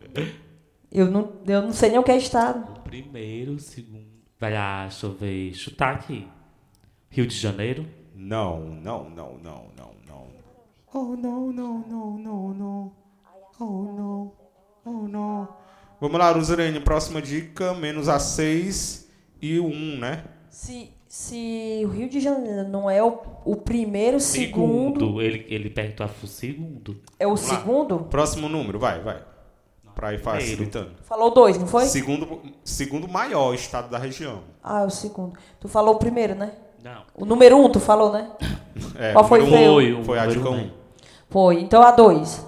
Eu não, eu não sei nem o que é estado. O primeiro, o segundo. Vai lá, deixa eu ver. Chutar aqui. Rio de Janeiro. Não, não, não, não, não, não. Oh, não, não, não, não, não. Oh, não. Oh, não. Vamos lá, Luzirene. Próxima dica. Menos a seis e o um, né? Se, se o Rio de Janeiro não é o, o primeiro, o segundo... Segundo. Ele, ele perguntou o segundo. É o Vamos lá. segundo? Próximo número, vai, vai. Pra ir facilitando. Falou dois, não foi? Segundo, segundo maior estado da região. Ah, é o segundo. Tu falou o primeiro, né? Não. O número um, tu falou, né? É, Qual foi o número teu? Foi, um, o Foi a número dica um, um. né? Foi. Então a dois.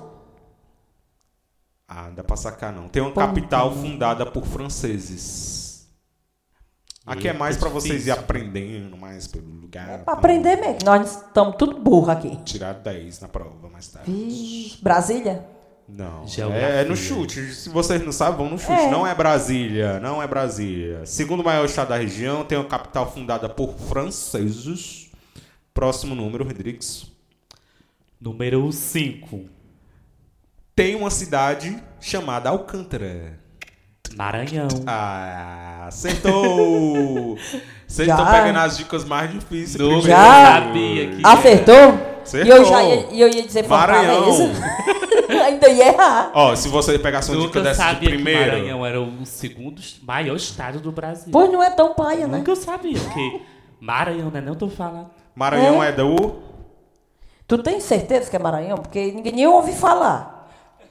Ah, não dá pra sacar não. Tem uma Pô, capital então. fundada por franceses. Aqui é Eita, mais pra vocês ir difícil. aprendendo mais pelo lugar. É pra aprender mesmo, que nós estamos tudo burro aqui. Tirar dez na prova mais tarde. Vixe, Brasília? Não, Geografia. é no chute. Se vocês não sabem, vão no chute. É. Não é Brasília, não é Brasília. Segundo maior estado da região, tem uma capital fundada por franceses. Próximo número, Rodrigues. Número cinco. Tem uma cidade chamada Alcântara. Maranhão. Ah, acertou! Vocês Já. estão pegando as dicas mais difíceis. Não primeiro. Já. sabia que... Acertou? Acertou. E eu já ia, e eu ia dizer Maranhão. Fortaleza. Ainda ia errar. Ó, se você pegasse uma dica Nunca dessa de sabia que primeiro... Maranhão era o segundo maior estado do Brasil. Pois não é tão paia, né? Nunca eu sabia, porque Maranhão, né? Não tô falando. Maranhão É? é, do... Tu tem certeza que é Maranhão? Porque ninguém nem ouve falar.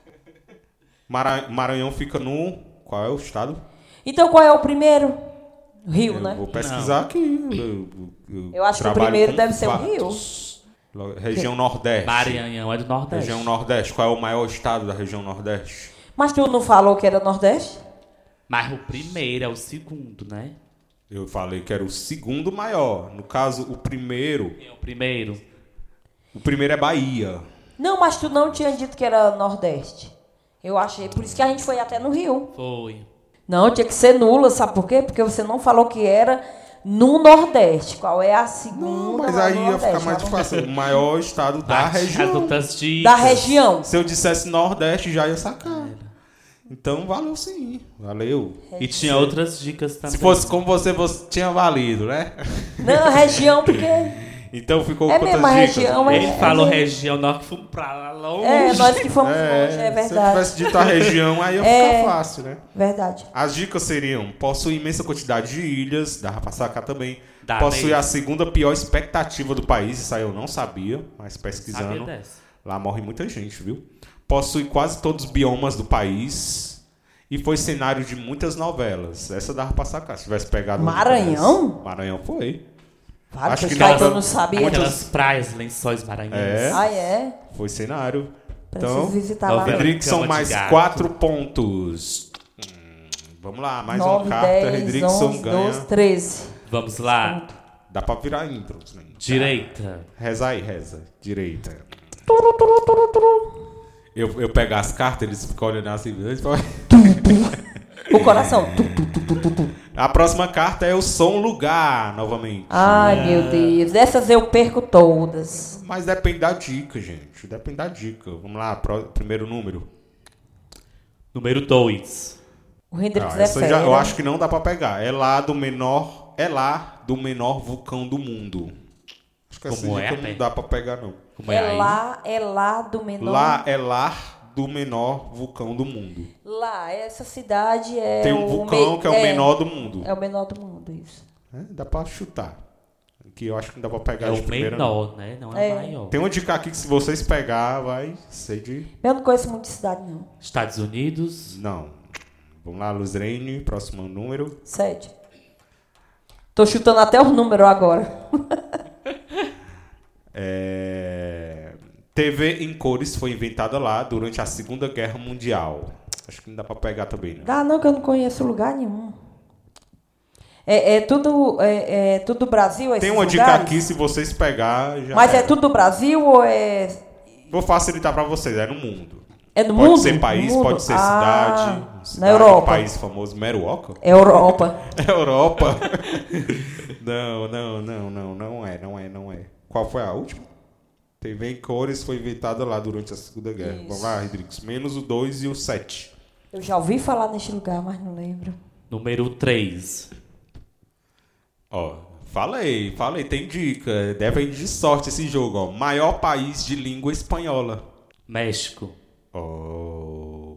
Mara- Maranhão fica no... Qual é o estado? Então qual é o primeiro? Rio, Eu né? vou pesquisar aqui. Eu, eu Eu acho que o trabalho primeiro com deve ser o fatos. Região Nordeste. Maranhão é do Nordeste. Região Nordeste. Qual é o maior estado da região Nordeste? Mas tu não falou que era Nordeste? Mas o primeiro é o segundo, né? Eu falei que era o segundo maior. No caso, o primeiro... Quem é o primeiro? O primeiro é Bahia. Não, mas tu não tinha dito que era Nordeste. Eu achei, por isso que a gente foi até no Rio. Foi. Não, tinha que ser nula, sabe por quê? Porque você não falou que era no Nordeste. Qual é a segunda? Não, mas lá aí no ia ficar Nordeste, mais lá no- fácil. O maior estado da As região. outras dicas. Da região. Se eu dissesse Nordeste, já ia sacar. Então, valeu sim. Valeu. E tinha outras dicas também. Se fosse como você, você tinha valido, né? Não, região, porque... Então ficou É quantas mesmo, a dicas? região é- Ele falou região, nós que fomos pra lá longe. É, nós que fomos longe, é Se eu verdade. tivesse dito a região, aí ia É. ficar fácil, né? Verdade. As dicas seriam: possui imensa quantidade de ilhas, dá pra sacar também. Dá possui mesmo. a segunda pior expectativa do país, isso aí eu não sabia, mas pesquisando, Sabia dessa? lá morre muita gente, viu? Possui quase todos os biomas do país e foi cenário de muitas novelas. Essa dava pra sacar, se tivesse pegado... uma dica Maranhão? dessa. Maranhão foi. Claro, Acho que que Caetano dava- não sabia. muitas- Aquelas praias, lençóis maranhenses. É. Ah, é? Foi cenário. Preciso Então, visitar lá. novela. Redrick, são Cama de mais gato. quatro pontos. Hum, vamos lá, mais nove, uma carta. dez, Redrickson onze, ganha. doze, treze. Vamos lá. Dá pra virar intro. Né? Direita. Reza aí, reza. Direita. Turu, turu, turu, turu. Eu, eu pegar as cartas, eles ficam olhando assim. eles falam- O coração. Tu, tu, tu, tu, tu, tu. A próxima carta é o som lugar, novamente. Ai, meu Deus. Dessas eu perco todas. Mas depende da dica, gente. Depende da dica. Vamos lá, pró- primeiro número. Número dois. O Hendrix Ah, é essa fera. já, eu acho que não dá pra pegar. É lá do menor. É lá do menor vulcão do mundo. Acho que essa Como é, dica não né? dá pra pegar, não. Como é, É aí? lá, é lá do menor. Lá é lar do menor vulcão do mundo. Lá, essa cidade é Tem um o vulcão me- que é o menor do mundo. É o menor do mundo, isso. É, dá pra chutar. Que eu acho que não dá pra pegar É de o primeira. não. menor, né? Não é, É. o maior. Tem uma dica aqui que se vocês pegar, vai ser de... Eu não conheço muito de cidade, não. Estados Unidos. Não. Vamos lá, Luzrene, próximo número. Sete. Tô chutando até os números agora. É... T V em cores foi inventada lá durante a Segunda Guerra Mundial. Acho que não dá pra pegar também, né? Ah, não, que eu não conheço lugar nenhum. É, é tudo é, é tudo do Brasil, esses Tem uma dica lugares? aqui, se vocês pegar, já Mas é era. tudo do Brasil ou é... Vou facilitar pra vocês, é no mundo. É do Pode mundo? ser país, Do mundo? pode ser Ah, cidade. Na cidade, Europa. País famoso, Meruoca? É Europa. Europa. não, não, não, não, não é, não é, não é. Qual foi a última? T V em cores foi inventada lá durante a Segunda Guerra. Isso. Vamos lá, Rodrigues. Menos o dois e o sete. Eu já ouvi falar neste lugar, mas não lembro. Número três. Ó, falei, falei, tem dica. Deve ir de sorte esse jogo, ó. Maior país de língua espanhola. México. Oh,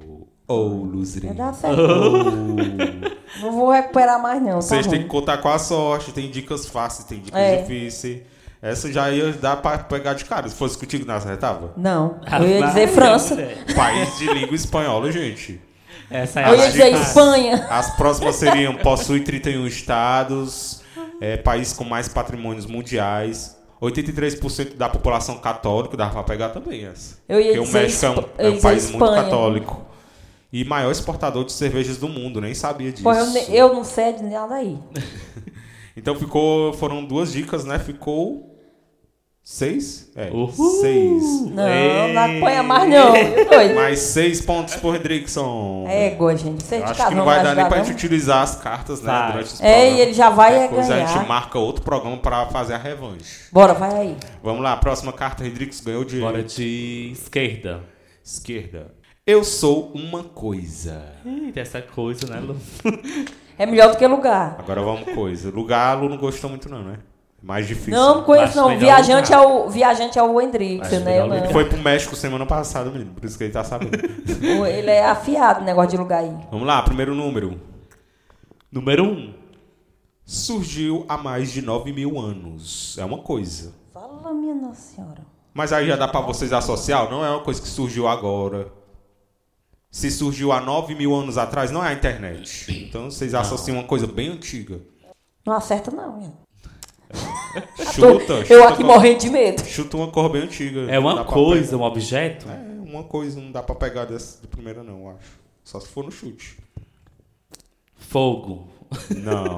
Ô, oh, Luzirene. Vai dar certo. Oh. Não vou recuperar mais, não. Vocês tá têm que contar com a sorte. Tem dicas fáceis, tem dicas É. difíceis. Essa já ia dar pra pegar de cara. Se fosse contigo, não acertava? Não, eu ia dizer França. País de língua espanhola, gente. Essa é a Eu ia dizer dica. Espanha. As próximas seriam: possui trinta e um estados, é, país com mais patrimônios mundiais, oitenta e três por cento da população católica, dá pra pegar também essa. Eu ia Porque o dizer México é um, Espa- é eu um ia país dizer muito Espanha. católico. E maior exportador de cervejas do mundo, nem sabia disso. Pô, eu, ne- eu não sei de nada aí. Então ficou, foram duas dicas, né? Ficou seis? É, Uhul. seis. Não, não apanha mais não, viu, doido? Mais seis pontos por Hendrickson. Égua, gente. Vocês Eu de acho casa que não vão vai me dar nem ajudar, pra não? gente utilizar as cartas, né? Vai. Durante os É, e programas. ele já vai Qualquer coisa, a gente ganhar. marca outro programa pra fazer a revanche. Bora, vai aí. Vamos lá, próxima carta, Hendrickson ganhou de Bora de esquerda. esquerda. Eu sou uma coisa. Eita, essa coisa, né, Lu? É melhor do que lugar. Agora vamos coisa. Lugar, Lu não gostou muito não, né? Mais difícil. Não, não conheço Acho não. melhor Viajante é, lugar. o, viajante é o Hendrix, Acho né? melhor Eu não. lugar. Foi pro México semana passada, menino. Por isso que ele tá sabendo. Ele é afiado no negócio de lugar aí. Vamos lá, primeiro número. Número um. Surgiu há mais de nove mil anos. É uma coisa. Fala, minha Nossa Senhora. Mas aí já dá pra vocês associar, não é uma coisa que surgiu agora. Se surgiu há nove mil anos atrás, não é a internet. Então vocês associam uma coisa bem antiga. Não acerta não, minha. Chuta, Eu chuta aqui uma- morrendo de medo. Chuta uma cor bem antiga. É Não uma dá pra coisa, pegar. um objeto? É, uma coisa, não dá pra pegar dessa de primeira não, eu acho. Só se for no chute. Fogo. Não.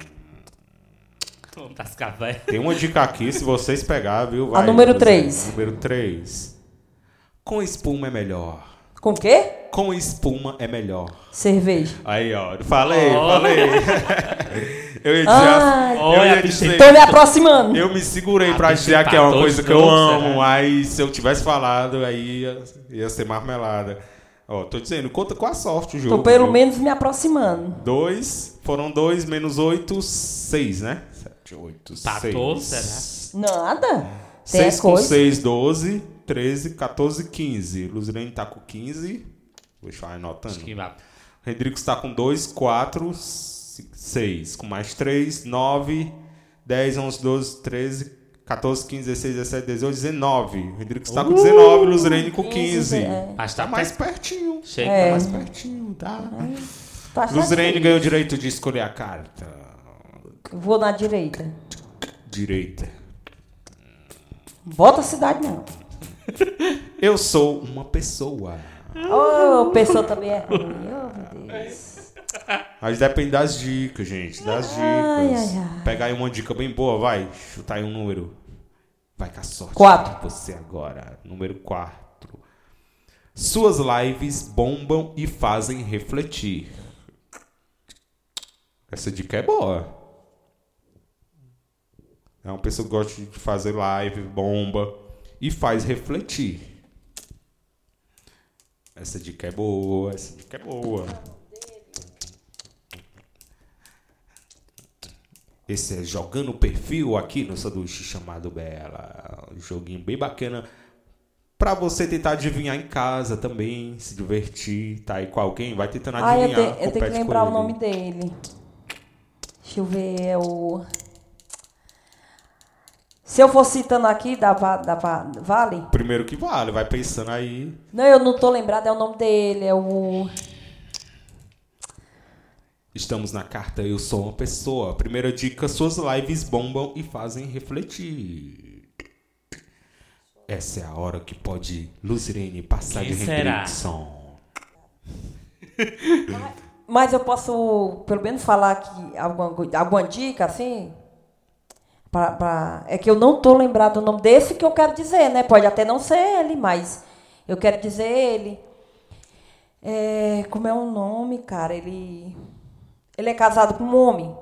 Das cavernas. Tem uma dica aqui, se vocês pegar, viu? A número você. três. Número três. Com espuma é melhor. Com o quê? Com espuma é melhor. Cerveja. Aí, ó. Falei, Oh. falei. Eu ia dizer... Ai, eu Olha, ia a dizer... tô me aproximando. Eu me segurei A pra bicha dizer tá que é uma todo coisa que eu doce, amo. né? Aí, se eu tivesse falado, aí ia, ia ser marmelada. Ó, tô dizendo, conta com a sorte o jogo. Tô pelo viu? menos me aproximando. Dois, foram dois, menos oito, seis, né? Sete, oito, Empatou, seis. Nada. Tem seis a com coisa. seis, doze, treze, quatorze, quinze. Luzirene tá com quinze. Deixa eu ir anotando. Acho que vai. Rodrigo está com dois, quatro, seis. Com mais três, nove, dez, onze, doze, treze, quatorze, quinze, dezesseis, dezessete, dezoito, dezenove. Rodrigo está com dezenove, Luzirene com quinze. é. Mas Tá tá mais mais pertinho. Chega. É. Tá mais pertinho, tá? Tô achando Luzirene que- ganhou o direito de escolher a carta. Vou na direita. Direita. Bota a cidade não. Eu sou uma pessoa. Ô, pessoa também é ruim. Oh, meu Deus. Mas depende das dicas, gente. Das dicas. Ai, ai, ai. Pega aí uma dica bem boa, vai. Chuta aí um número. Vai com a sorte. Quatro. Você agora. Número quatro. Suas lives bombam e fazem refletir. Essa dica é boa. É uma pessoa que gosta de fazer live, bomba e faz refletir. Essa dica é boa, essa dica é boa. Esse é Jogando Perfil aqui no sanduíche chamado Bela. Um joguinho bem bacana pra você tentar adivinhar em casa também, se divertir, tá aí com alguém, vai tentando Ah, eu, adivinhar. te- eu tenho que compete com lembrar o ele. nome dele. Deixa eu ver, é o... Se eu for citando aqui, dá, va- dá, va- vale? Primeiro que vale, vai pensando aí. Não, eu não tô lembrado, é o nome dele, é o... Estamos na carta Eu Sou Uma Pessoa. Primeira dica, suas lives bombam e fazem refletir. Essa é a hora que pode Luzirene passar Quem de será? Hendrickson. Mas eu posso, pelo menos, falar aqui alguma, coi- alguma dica, assim? Pra, pra- É que eu não tô lembrado do nome desse que eu quero dizer, né? Pode até não ser ele, mas eu quero dizer ele. É, como é o nome, cara? Ele... Ele é casado com um homem.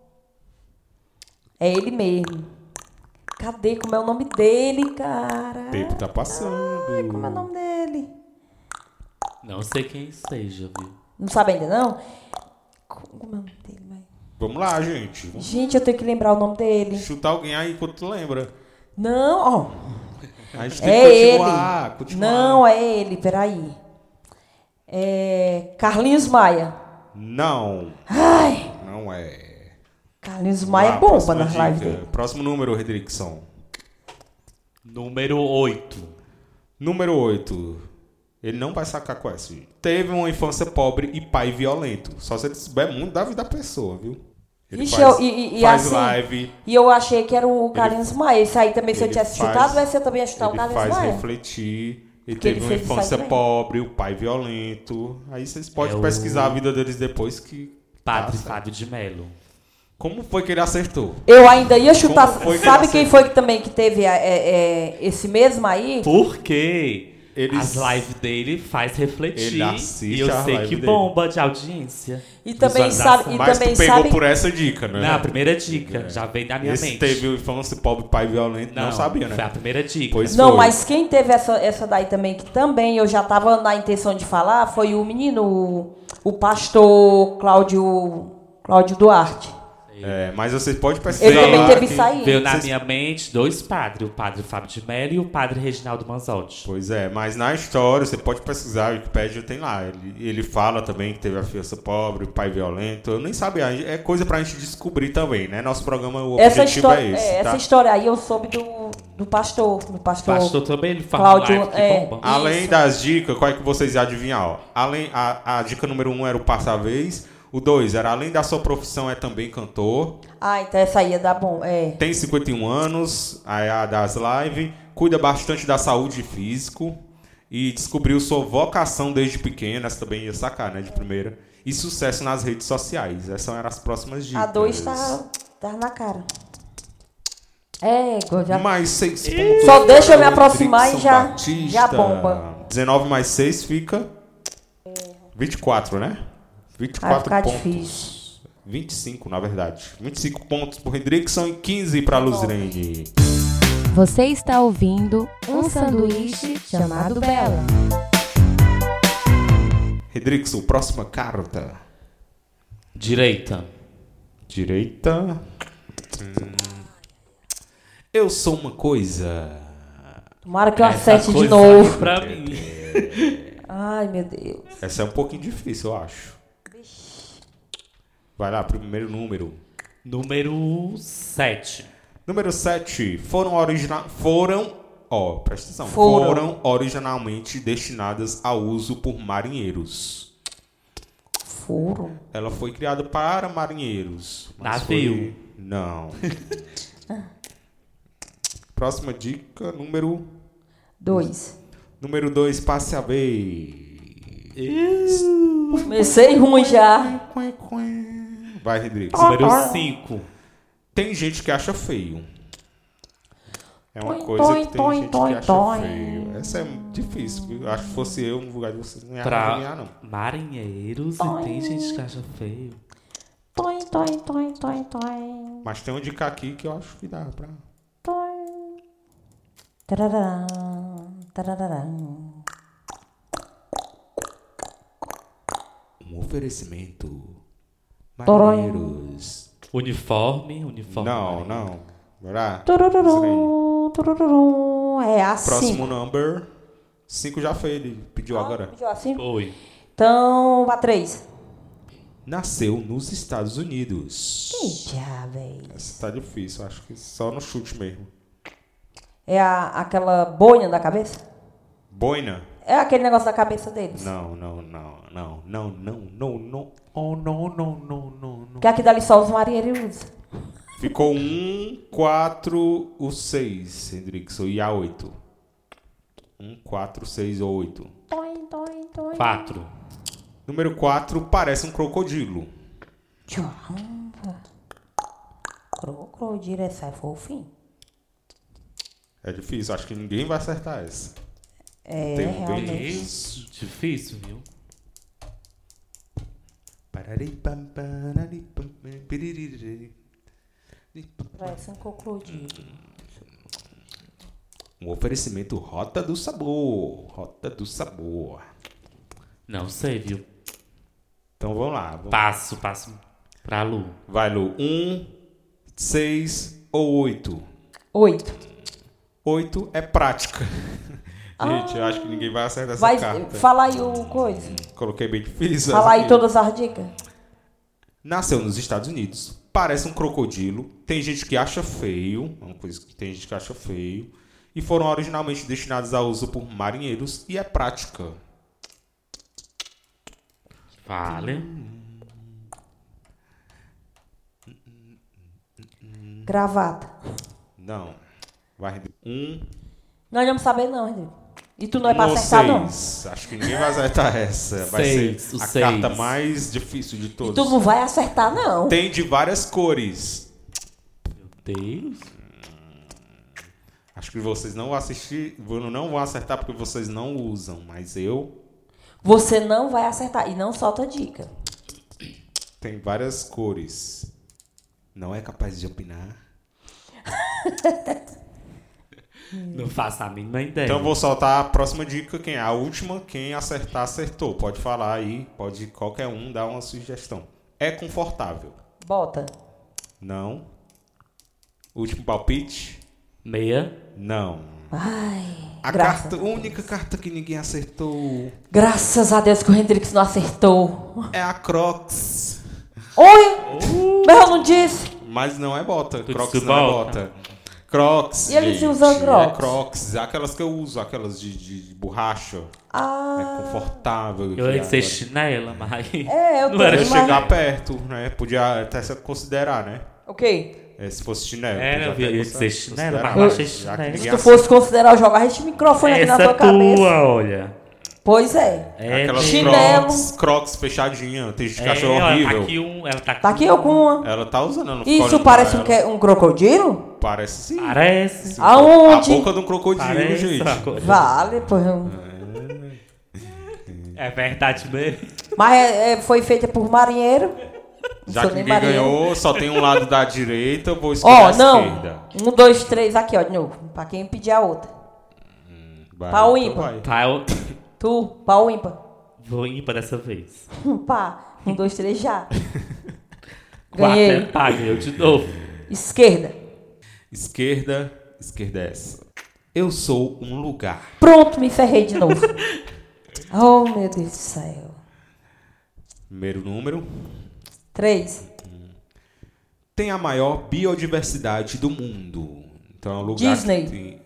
É ele mesmo. Cadê? Como é o nome dele, cara? O tempo tá passando. Ai, como é o nome dele? Não sei quem seja, viu? Não sabe ainda, não? Como é o nome dele, vai? Vamos lá, gente. Vamos Gente, eu tenho que lembrar o nome dele. chutar alguém aí enquanto tu lembra. Não, ó. A gente tem É que ele. continuar, continuar. Não, é ele, peraí. É, Carlinhos Maia. Não. Ai, Não é. Carlinhos Maia Lá, é bomba próxima nas dica. lives dele. Próximo número, Redrickson. Número oito. Número oito. Ele não vai sacar com essa. Teve uma infância pobre e pai violento. Só se ele souber muito da vida da pessoa, viu? Ele Ixi, faz, eu- e- e faz assim, live. E eu achei que era o Carlinhos Maia. Esse aí também, se eu ele tivesse faz- chutado, vai ser também ia chutar o Ele Carlinhos faz Maia. refletir. Ele Porque teve ele uma fez isso aí infância também. pobre, o pai violento. Aí vocês podem É o- pesquisar a vida deles depois que... Padre passa. Fábio de Melo. Como foi que ele acertou? Eu ainda ia chutar. Como foi que Sabe ele quem acertou? foi que também que teve é, é, esse mesmo aí? Por quê? Eles- As lives dele faz refletir. Ele assiste e eu a sei live que dele. bomba de audiência. E também Visualização. sabe. E Mas também tu pegou sabe. por essa dica, né? Não, a primeira dica. Já veio da minha Esse mente. teve o infância pobre, pai violento. Não, sabia, né? Foi a primeira dica. Pois Não, foi. mas quem teve essa, essa daí também, que também eu já tava na intenção de falar, foi o menino, o, o pastor Cláudio, Cláudio Duarte. É, mas vocês podem pesquisar. Ele também lá teve que- isso aí. Veio na Vocês- minha mente dois padres, o padre Fábio de Melo e o padre Reginaldo Manzotti. Pois é, mas na história, você pode pesquisar, a Wikipédia tem lá. Ele, ele fala também que teve a fiança pobre, o pai violento. Eu nem sabia, é coisa pra gente descobrir também, né? Nosso programa, o Essa objetivo história, é esse, é, tá? essa história aí eu soube do, do pastor, do O pastor. pastor também, ele fala Cláudio, live que é. bomba. Além Isso. das dicas, qual é que vocês iam adivinhar? Ó? Além, a, a dica número um era o passa a vez. O dois era, além da sua profissão, é também cantor. Ah, então essa aí ia dar bom. É. Tem cinquenta e um anos, aí a das lives. Cuida bastante da saúde físico. E descobriu sua vocação desde pequena. Essa também ia sacar, né? De primeira. E sucesso nas redes sociais. Essas eram as próximas dicas. A dois tá, tá na cara. É, já. Mais seis pontos. Só deixa eu me para o aproximar e Rodrigson já- Batista. já bomba. dezenove mais seis fica vinte e quatro, né? vinte e Vai quatro ficar pontos. difícil. vinte e cinco, na verdade. vinte e cinco pontos pro Rodrigson e quinze para Luzirene. Você está ouvindo um sanduíche chamado Bela. Rodrigson, próxima carta. Direita. Direita. Hum. Eu sou uma coisa. Tomara que eu Essa acerte de coisa novo. aqui Pra mim. Ai, meu Deus. Essa é um pouquinho difícil, eu acho. Vai lá, primeiro número. Número sete. Número sete. Foram original. Foram. Ó, presta atenção. Foram. Foram originalmente destinadas a uso por marinheiros. Foram. Ela foi criada para marinheiros. mas Navio. foi- Não. Próxima dica, número. Dois. Número dois, passe a vez. Comecei ruim já. Vai, Rodrigues. Número cinco. Tem gente que acha feio. É uma Toim, coisa toim, que tem toim, gente toim, que acha toim. feio. Essa é difícil. Viu? Acho que fosse eu no lugar de vocês, não ia adivinhar, Pra não. marinheiros e tem gente que acha feio. Toim, toim, toim, toim, toim. Mas tem um dica aqui que eu acho que dá pra... Toim. Tararã, tararã. Um oferecimento. Torói. Marinheiros. Uniforme, uniforme. Não, marinheiro. não. Vai lá. Turururum, turururum. É assim. Próximo number. Cinco já foi, ele pediu agora. Pediu assim? Foi. Então, vá três. Nasceu nos Estados Unidos. Que diabo é isso? Essa tá difícil, acho que só no chute mesmo. É a, aquela boina da cabeça? Boina? É aquele negócio da cabeça deles. Não, não, não, não, não, não, não, não. Oh, não, não, não, não, não. Que aqui dali só os marinheiros usam. Ficou um, quatro, o seis, Hendrickson, e a oito. Um, quatro, seis ou oito. Toim, toim, toim. Quatro. Número quatro, parece um crocodilo. Caramba. Crocodilo, essa é fofinho. É difícil, acho que ninguém vai acertar essa. É, Tem um bem realmente. difícil. Difícil, viu? Parece um crocodilo. Um oferecimento Rota do Sabor. Rota do Sabor. Não sei, viu? Então vamos lá. Vamos. Passo, passo pra Lu. Vai, Lu. Um, seis ou oito? Oito. Oito é prática. Gente, eu acho que ninguém vai acertar essa Vai, carta. fala aí o coisa. Coloquei bem difícil. Fala essa aí aqui. todas as dicas. Nasceu nos Estados Unidos, parece um crocodilo, tem gente que acha feio, é uma coisa que tem gente que acha feio, e foram originalmente destinados a uso por marinheiros e é prática. Vale. Gravata. Não. Vai, um, Nós vamos saber não, Rodrigo. E tu não é um pra ou acertar, não. seis. Acho que ninguém vai acertar essa. Vai Seis, ser o a seis. carta mais difícil de E todas. tu não vai acertar, não. Tem de várias cores. Deus. Acho que vocês não vão assistir, não vão acertar porque vocês não usam, mas eu Você não vai acertar. E não solta dica. tem várias cores. Não é capaz de opinar. Não faço a mínima ideia. Então eu vou soltar a próxima dica, quem é a última, quem acertar, acertou. Pode falar aí, pode qualquer um dar uma sugestão. É confortável? Bota. Não. Último palpite? Meia. Não. Ai. A graças carta, a Deus. única carta que ninguém acertou Graças a Deus que o Hendrix não acertou. é a Crocs. Oi! Mas eu não disse. Mas não é bota. Tu Crocs disse não é bota. bota. Crocs. E eles gente, usam Crocs? É Crocs. Aquelas que eu uso, aquelas de, de, de borracha. Ah. É confortável. Eu ia dizer Agora, chinela, mas. É, eu Não tô era podia imagina- chegar perto, né? Podia até se considerar, né? O quê? É, se fosse chinelo. É, podia eu ia até dizer considerar- chinelo, mas considerar, eu achei já que chinelo. ninguém Se tu acerta. fosse considerar jogar esse microfone aqui na Essa tua é cabeça. tua, olha. Pois é. É, Aquelas Chinelo. Crocs, Crocs fechadinha. Tem gente que é, acha olha, horrível. Aqui um, ela tá, Tá aqui alguma. Ela tá usando, ela não fica Isso olhando parece pra um, ela. que- um crocodilo? Parece sim. Parece. Aonde? A boca de um crocodilo, Parece. gente. uma coisa. Vale, pô. É verdade mesmo. Mas é- é- foi feita por marinheiro. Não Já sou que nem ninguém marinheiro. ganhou, só tem um lado da direita, eu vou escolher Ó, a não. esquerda. Um, dois, três, aqui, ó, de novo. Pra quem pedir a outra. Vai, Pau então ímpar. vai. Tá, eu Tu, pau ímpar. vou ímpar dessa vez. Pá. Um, dois, três, já. Quatro Ganhei. é pá, ganhou de novo. Esquerda. Esquerda, esquerda é essa. Eu sou um lugar. Pronto, me ferrei de novo. Oh, meu Deus do céu. Primeiro número. Três. Tem a maior biodiversidade do mundo. Então é um lugar Disney. que tem...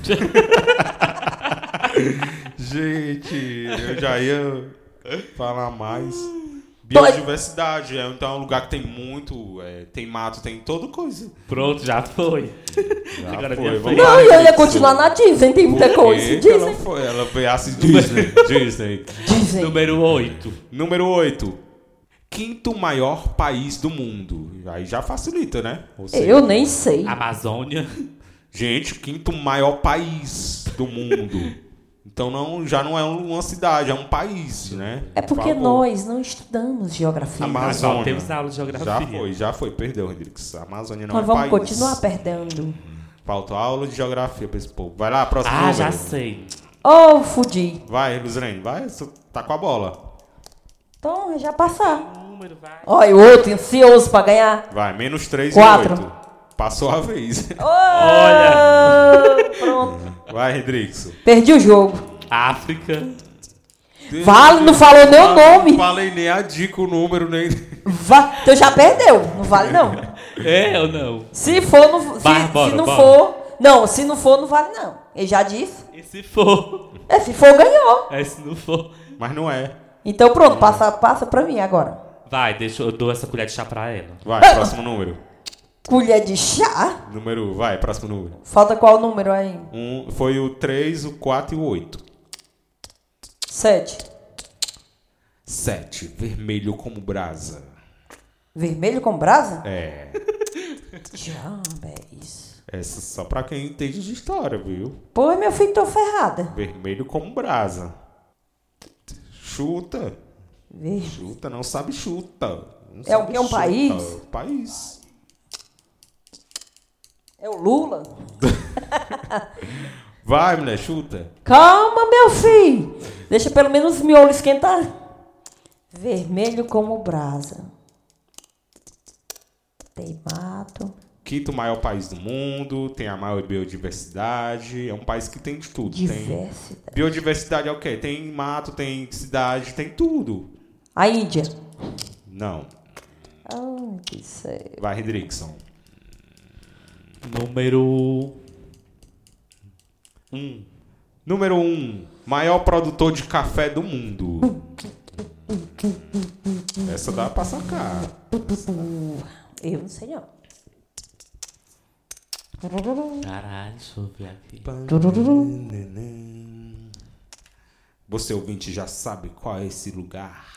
Gente, eu já ia falar mais. Biodiversidade, é, então é um lugar que tem muito, é, tem mato, tem toda coisa. Pronto, já foi. Já Agora foi, minha vamos vez. lá, Não, eu ia Hendrickson. continuar na Disney, tem muita Por coisa. que que ela Disney. foi? Ela veio assim, Disney, Disney. Disney. Número oito. Número oito. Quinto maior país do mundo. Aí já facilita, né? Ou seja, Eu nem sei. Amazônia. Gente, o quinto maior país do mundo. Então não, já não é um- uma cidade, é um país, né? É Por porque favor. nós não estudamos geografia. Ama- Nós só Amazônia. temos aula de geografia. Já foi, já foi. Perdeu, Hendrix. A Amazônia não Nós é vamos país. continuar perdendo. Falta aula de geografia pra esse povo. Vai lá, próximo Ah, número. já sei. Oh, fudi. Vai, Luzirene, vai. Você tá com a bola. Então, já passar. Número, vai. Olha, o outro ansioso pra ganhar. Vai, menos três Quatro. e oito. Passou a vez. Olha! Pronto. Vai, Hendrix. Perdi o jogo. África. Vale, não falou nem o Não nome. falei nem a dica, o número, nem... Va então já perdeu. Não vale, não. É ou não? Se for, não, se, Vai, bora, se não bora. for... Não, se não for, não vale, não. Ele já disse. E se for? É, se for, ganhou. É, se não for. Mas não é. Então pronto, passa, passa pra mim agora. Vai, deixa eu dou essa colher de chá pra ela. Vai, próximo número. Colher de chá? Número, vai, próximo número. Falta qual número aí? Um, foi o três, o quatro e o oito. Sete. sete. Vermelho como brasa. Vermelho com brasa? É. Já, é isso. Essa só pra quem entende de história, viu? Pô, meu filho, tô ferrada. Vermelho como brasa. Chuta. Ver- Chuta, não sabe chuta. Não É o sabe que? É um chuta. país? País. É o Lula? Vai, mulher, chuta. Calma, meu filho. Deixa pelo menos o miolo esquentar. Vermelho como brasa. Tem mato. Quinto maior país do mundo, tem a maior biodiversidade, é um país que tem de tudo. Diversidade. Tem... Biodiversidade é o quê? Tem mato, tem cidade, tem tudo. A Índia. Não. Ah, que sério. Vai, Redrickson. Número um. Número um, maior produtor de café do mundo. Essa dá pra sacar. Eu não sei, não. Caralho, deixa eu ver aqui. Você, ouvinte, já sabe qual é esse lugar.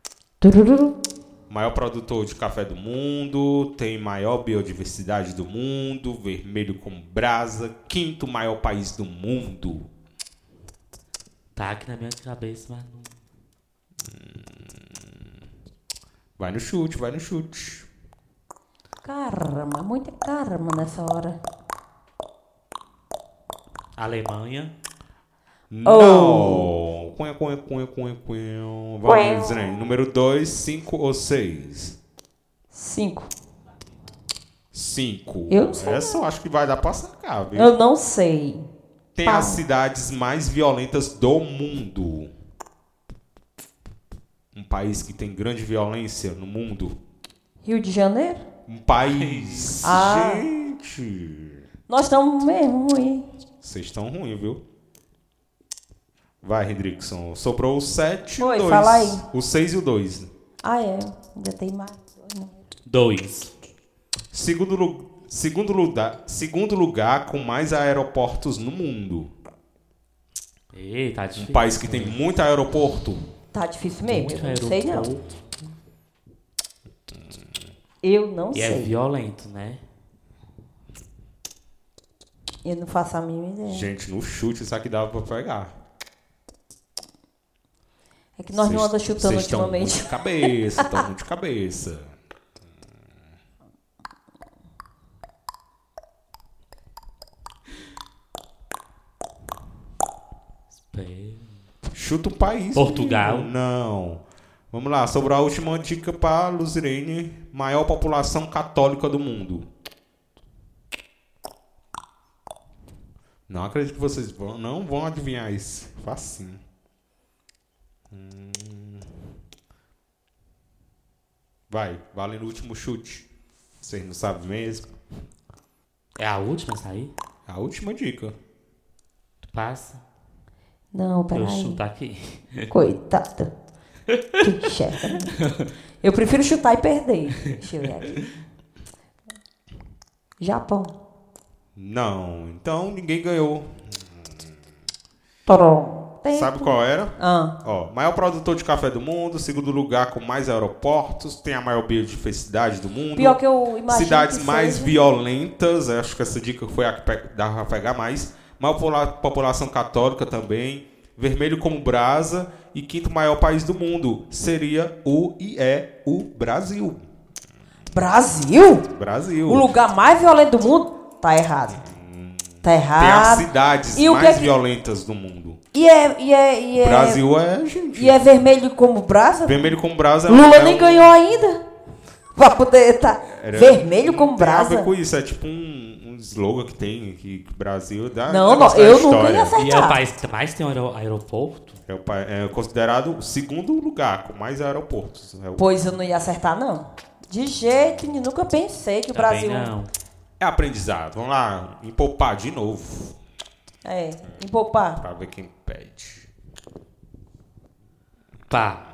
Maior produtor de café do mundo, tem maior biodiversidade do mundo, vermelho como brasa, quinto maior país do mundo. Tá aqui na minha cabeça, mas não... Vai no chute, vai no chute. Caramba, muita caramba nessa hora. Alemanha. Não! Cunha, cunha, cunha, cunha, cunha. Vamos, Zrene. Número dois, cinco ou seis? Cinco. Cinco. Eu não sei. Essa eu acho que vai dar pra sacar, viu? Eu não sei. Tem Pau. as cidades mais violentas do mundo. Um país que tem grande violência no mundo. Rio de Janeiro? Um país. Ah. Gente. Nós estamos mesmo ruim. Vocês estão ruins, viu? Vai, Redrickson. Sobrou o sete e o Oi, dois. fala aí. O seis e o dois. Ah, é. Ainda tem mais. Dois. Segundo, lu- segundo, lugar, segundo lugar com mais aeroportos no mundo. Ei, tá Um difícil. país que tem muito aeroporto. Tá difícil mesmo. Muito Eu não sei, não. aeroporto. Eu não E sei. é violento, né? Eu não faço a mínima ideia. Gente, no chute isso aqui dava pra pegar. É que nós não Vocês- andamos chutando vocês tão ultimamente. muito de cabeça, estão muito de cabeça. Espera. Chuta o país. Portugal. menino. Não. Vamos lá, sobre a última dica para Luzirene. Maior população católica do mundo. Não acredito que vocês vão, não vão adivinhar isso. Facinho. Hum. Vai, vale no último chute. Vocês não sabem mesmo. É a última a sair? A última dica. Tu passa? Não, Eu peraí. chuto aqui. Coitado. Que chefe. Eu prefiro chutar e perder. Deixa eu ver aqui. Japão. Não, então ninguém ganhou. Pronto. Sabe qual era? Ah, Ó, maior produtor de café do mundo, segundo lugar com mais aeroportos, tem a maior biodiversidade do mundo. pior que eu imagino Cidades que mais seja. violentas, acho que essa dica foi a que pe- dava pra pegar mais. Maior popula- população católica também. Vermelho como brasa. E quinto maior país do mundo seria o e é o Brasil. Brasil? Brasil. O lugar mais violento do mundo? Tá errado. Tá Tem as errado. cidades E o que mais é que- violentas do mundo. E é, e é, e é, Brasil é, gente. e é vermelho como brasa? Vermelho como brasa é Lula é nem um- ganhou ainda. Pra poder estar Era- vermelho como Tem a ver brasa. com isso, é tipo um, um slogan que tem que que o Brasil dá. Não, negócio não, da eu nunca história. ia acertar. E é o país que mais tem aero- aeroporto? É, o pa- é considerado o segundo lugar com mais aeroportos. É, o- Pois eu não ia acertar, não. De jeito nenhum. Nunca pensei que o Também Brasil... não. é aprendizado. Vamos lá, empopar de novo. É, em poupar. Pra ver quem pede. Pá.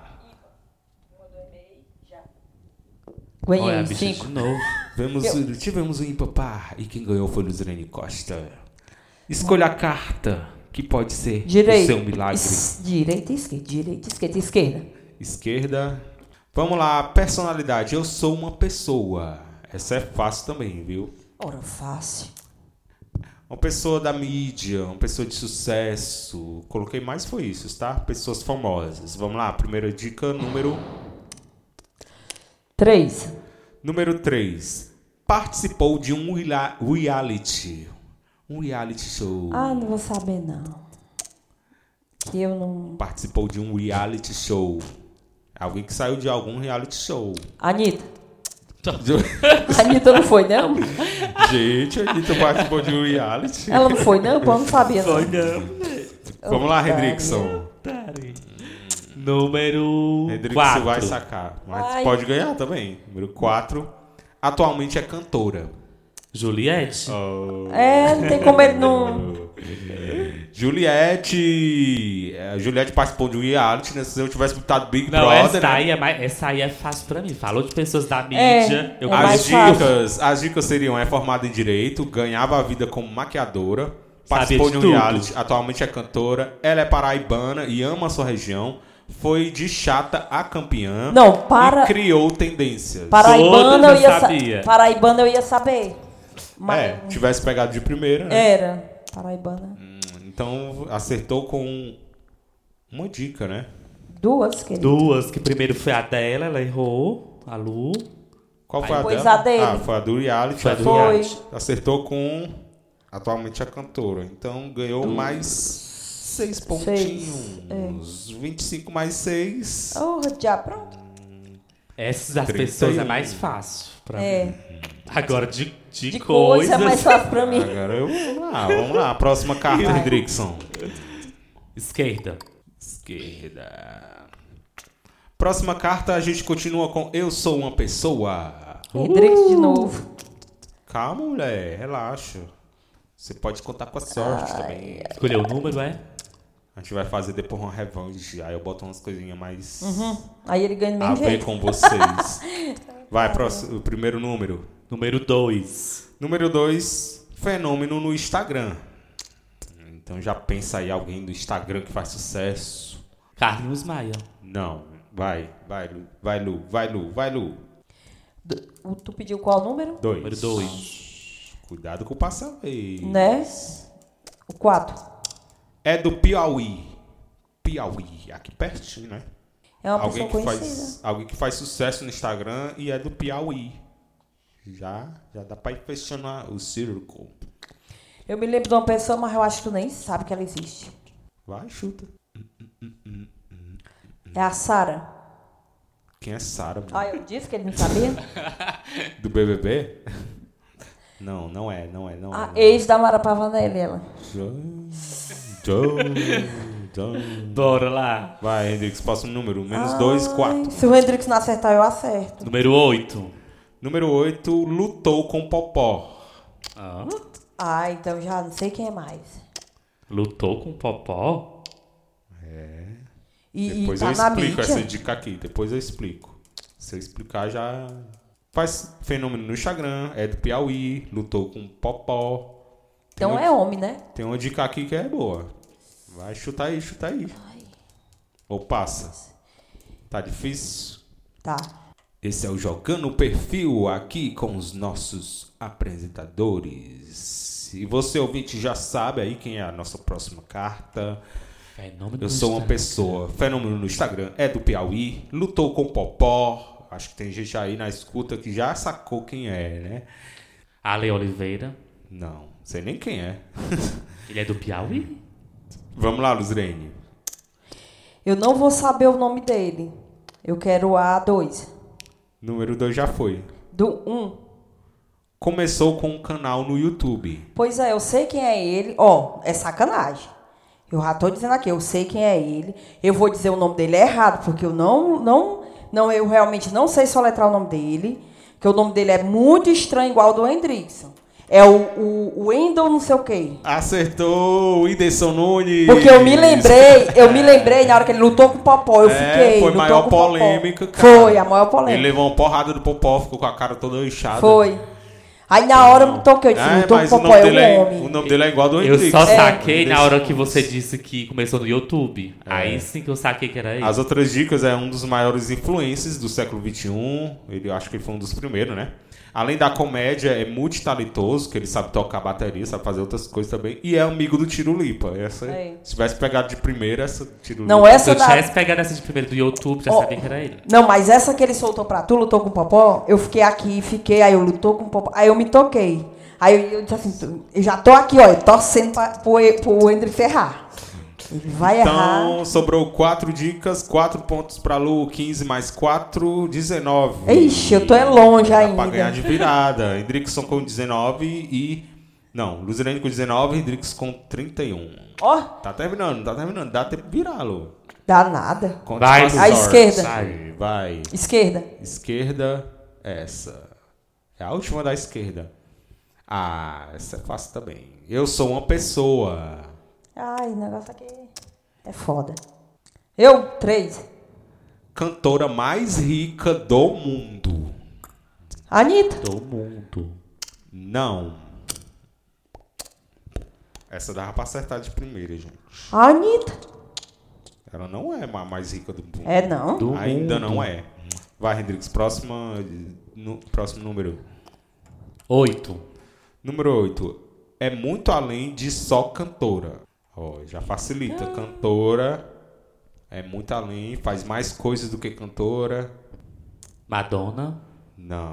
Olha, Ganhei bicho cinco. de novo. Vemos, o- tivemos o empopar e quem ganhou foi Luzirene Costa. Escolha a carta que pode ser Direito. o seu milagre. Es- Direita e esquerda. Direita, esquerda, esquerda. Esquerda. Vamos lá, personalidade. Eu sou uma pessoa. Essa é fácil também, viu? Ora, fácil. Uma pessoa da mídia, uma pessoa de sucesso. Coloquei mais foi isso, tá? Pessoas famosas. Vamos lá, primeira dica, número Três. número três. Participou de um rea- reality. Um reality show. Ah, não vou saber, não. Que eu não... Participou de um reality show. Alguém que saiu de algum reality show. Anitta. A Anitta não foi, não? Gente, a Anitta participou de um reality. Ela não foi, não? Pô, eu não sabia, não. Foi não. Vamos lá, Hendrickson. Número Hendrickson quatro. vai sacar, mas Ai. pode ganhar também. Número quatro. Atualmente é cantora. Juliette. Oh. É, não tem como ele não... Juliette. A Juliette participou de um reality, né? Se eu tivesse botado Big Não, Brother. essa, né? aí é mais, essa aí é fácil pra mim. Falou de pessoas da É, mídia. eu é As mais conheço. dicas, as dicas seriam: é formada em direito, ganhava a vida como maquiadora, participou de de um tudo. reality, atualmente é cantora, ela é paraibana e ama a sua região, foi de chata a campeã Não, para... e criou tendências. Paraibana eu Todas eu ia sabia. saber. Paraibana eu ia saber. Mas... É, tivesse pegado de primeira, né? Era. Paraibana. Hum, Então acertou com uma dica, né? Duas, querido. Duas, que primeiro foi a dela, ela errou. A Lu. Qual foi Aí a depois dela? a dele. Ah, foi a do reality. Foi a do Foi. reality. Acertou com atualmente a cantora. Então ganhou mais seis pontinhos. vinte e cinco mais seis. Oh, já pronto. Essas das trinta e pessoas é um. mais fácil pra É. mim. Agora, de, de, De coisa coisas... é mais fácil pra mim. Agora eu, vamos lá, vamos lá. Próxima carta, Vai. Hendrickson. Esquerda. Esquerda. Próxima carta, a gente continua com Eu Sou Uma Pessoa. Hendrix de novo. Calma, mulher, relaxa. Você pode contar com a sorte também. Escolheu o número, é? A gente vai fazer depois uma revanche. Aí eu boto umas coisinhas mais Uhum. Aí ele ganha do a mesmo ver jeito. com vocês. Vai, próximo, o primeiro número. Número dois. Número dois, fenômeno no Instagram. Então já pensa aí alguém do Instagram que faz sucesso. Carlinhos Maia. Não, vai, vai, Lu, vai, Lu, vai, Lu, vai, Lu. O- Tu pediu qual número? Dois. Número dois. Cuidado com o passa-vez. Né? O quatro. É do Piauí. Piauí, aqui pertinho, né? É uma Alguém pessoa que, conhecida. faz, alguém que faz sucesso no Instagram e é do Piauí. Já, já dá pra ir fechando o círculo. Eu me lembro de uma pessoa, mas eu acho que tu nem sabe que ela existe. Vai, chuta. É a Sara. Quem é Sara? Ah, eu disse que ele não sabia? Do B B B? Não, não é, não é, não é. A não é. ex da Mara Pavanelli, ela. John, John. Bora lá. Vai, Hendrix, próximo número. Menos dois, Ai, quatro. Se o Hendrix não acertar, eu acerto. Número oito. Número oito, lutou com Popó. Ah, Ah, então já não sei quem é mais. lutou com o Popó? E, Depois e tá eu na explico mídia. essa dica aqui. Depois eu explico. Se eu explicar, já... Faz fenômeno no Instagram. É do Piauí. Lutou com Popó. Tem Então uma- é homem, né? Tem uma dica aqui que é boa. Vai, chuta aí, chuta aí. Ou passa. Tá difícil? Tá. Esse é o Jogando o Perfil aqui com os nossos apresentadores. E você, ouvinte, já sabe aí quem é a nossa próxima carta. Fenômeno Eu do sou uma Instagram. pessoa. Fenômeno no Instagram é do Piauí. Lutou com Popó. Acho que tem gente aí na escuta que já sacou quem é, né? Ale Oliveira. Não, sei nem quem é. Ele é do Piauí? Vamos lá, Luzirene. Eu não vou saber o nome dele. Eu quero a dois. Número dois já foi. Do um. Começou com um canal no YouTube. Pois é, eu sei quem é ele. Ó, é sacanagem. Eu já tô dizendo aqui, eu sei quem é ele. Eu vou dizer o nome dele errado, porque eu não, não, não, eu realmente não sei soletrar o nome dele. Porque o nome dele é muito estranho, igual ao do Hendrickson. É o, o, o Wendel não sei o quê. Acertou o Whindersson Nunes. Porque eu me lembrei, eu me lembrei na hora que ele lutou com o Popó, eu É, fiquei. foi lutou maior com o Popó. polêmica, cara. Foi, a maior Ele polêmica. levou uma porrada do Popó, ficou com a cara toda inchada. Foi. Aí na hora eu me toquei, eu disse, É, lutou mas com o o nome, Popó, é dele um é, homem. o nome dele é igual ao do Eu Hendrix. só É. saquei na hora que Whindersson você Nunes. disse que começou no YouTube. Aí sim que eu saquei que era ele. As outras dicas, é um dos maiores influencers do século vinte e um. Ele, eu acho que ele foi um dos primeiros, né? Além da comédia, é multitalentoso, que ele sabe tocar bateria, sabe fazer outras coisas também. E é amigo do Tirulipa. Essa, É. se tivesse pegado de primeira, essa Tirulipa. Não, Se essa eu da... tivesse pegado essa de primeiro do YouTube, já Ó, sabia que era ele. Não, mas essa que ele soltou pra tu, lutou com o Popó, eu fiquei aqui, fiquei, aí eu lutou com o Popó, aí eu me toquei. Aí eu, eu disse assim, tu- eu já tô aqui, ó, eu torcendo pra, pro, pro Hendrick ferrar. Ele vai errar. Então, sobrou quatro dicas, quatro pontos pra Lu, quinze mais quatro, dezenove. Ixi, eu tô é longe Dá ainda. pra ganhar de virada. Hendrickson com dezenove e... Não, Luzirene com dezenove, Hendrix com trinta e um. Ó. Oh. Tá terminando, tá terminando. Dá tempo de virar, Lu. Dá nada. Conte Vai, com as à sortes. esquerda. Vai. Vai. Esquerda. Esquerda, essa. É a última da esquerda. Ah, essa é fácil também. Eu sou uma pessoa. Ai, o negócio aqui é foda. Eu, três. Cantora mais rica do mundo. Anitta. Do mundo. Não. Essa dava pra acertar de primeira, gente. Anitta. Ela não é a mais rica do mundo. É não? Do Ainda mundo. não é. Vai, Hendrix, próxima, no, próximo número. Oito. Número oito. É muito além de só cantora. Ó, já facilita. Cantora é muito além, faz mais coisas do que cantora. Madonna. Não.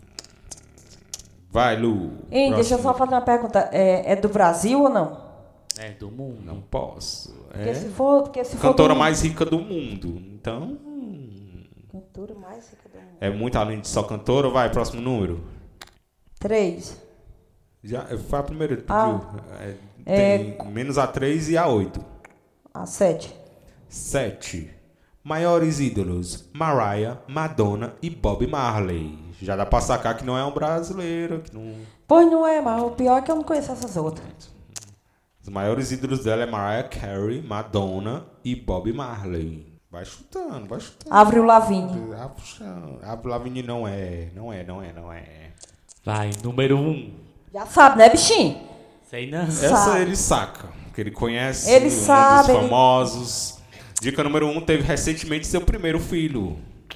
Vai, Lu. Hein, deixa eu só Próximo. fazer uma pergunta. É, é do Brasil ou não? É, do mundo. Não posso. Porque É se for, porque se for cantora do... mais rica do mundo. Então, Cantora mais rica do mundo. é muito além de só cantora. Vai, próximo número. Três. Já, foi a primeira que Ah. pediu. É, tem menos a três e a oito. A sete. Sete. Maiores ídolos: Mariah, Madonna e Bob Marley. Já dá pra sacar que não é um brasileiro. Que não... Pois não é, mas o pior é que eu não conheço essas outras. Os maiores ídolos dela é Mariah Carey, Madonna e Bob Marley. Vai chutando, vai chutando. Avril Lavigne. Ah, puxa, Avril Lavigne não é, não é, não é, não é. Vai, número um. Já sabe, né, bichinho? Sei não. Essa Sabe. ele saca, porque ele conhece Ele um sabe, dos ele- famosos. Dica número um, teve recentemente seu primeiro filho.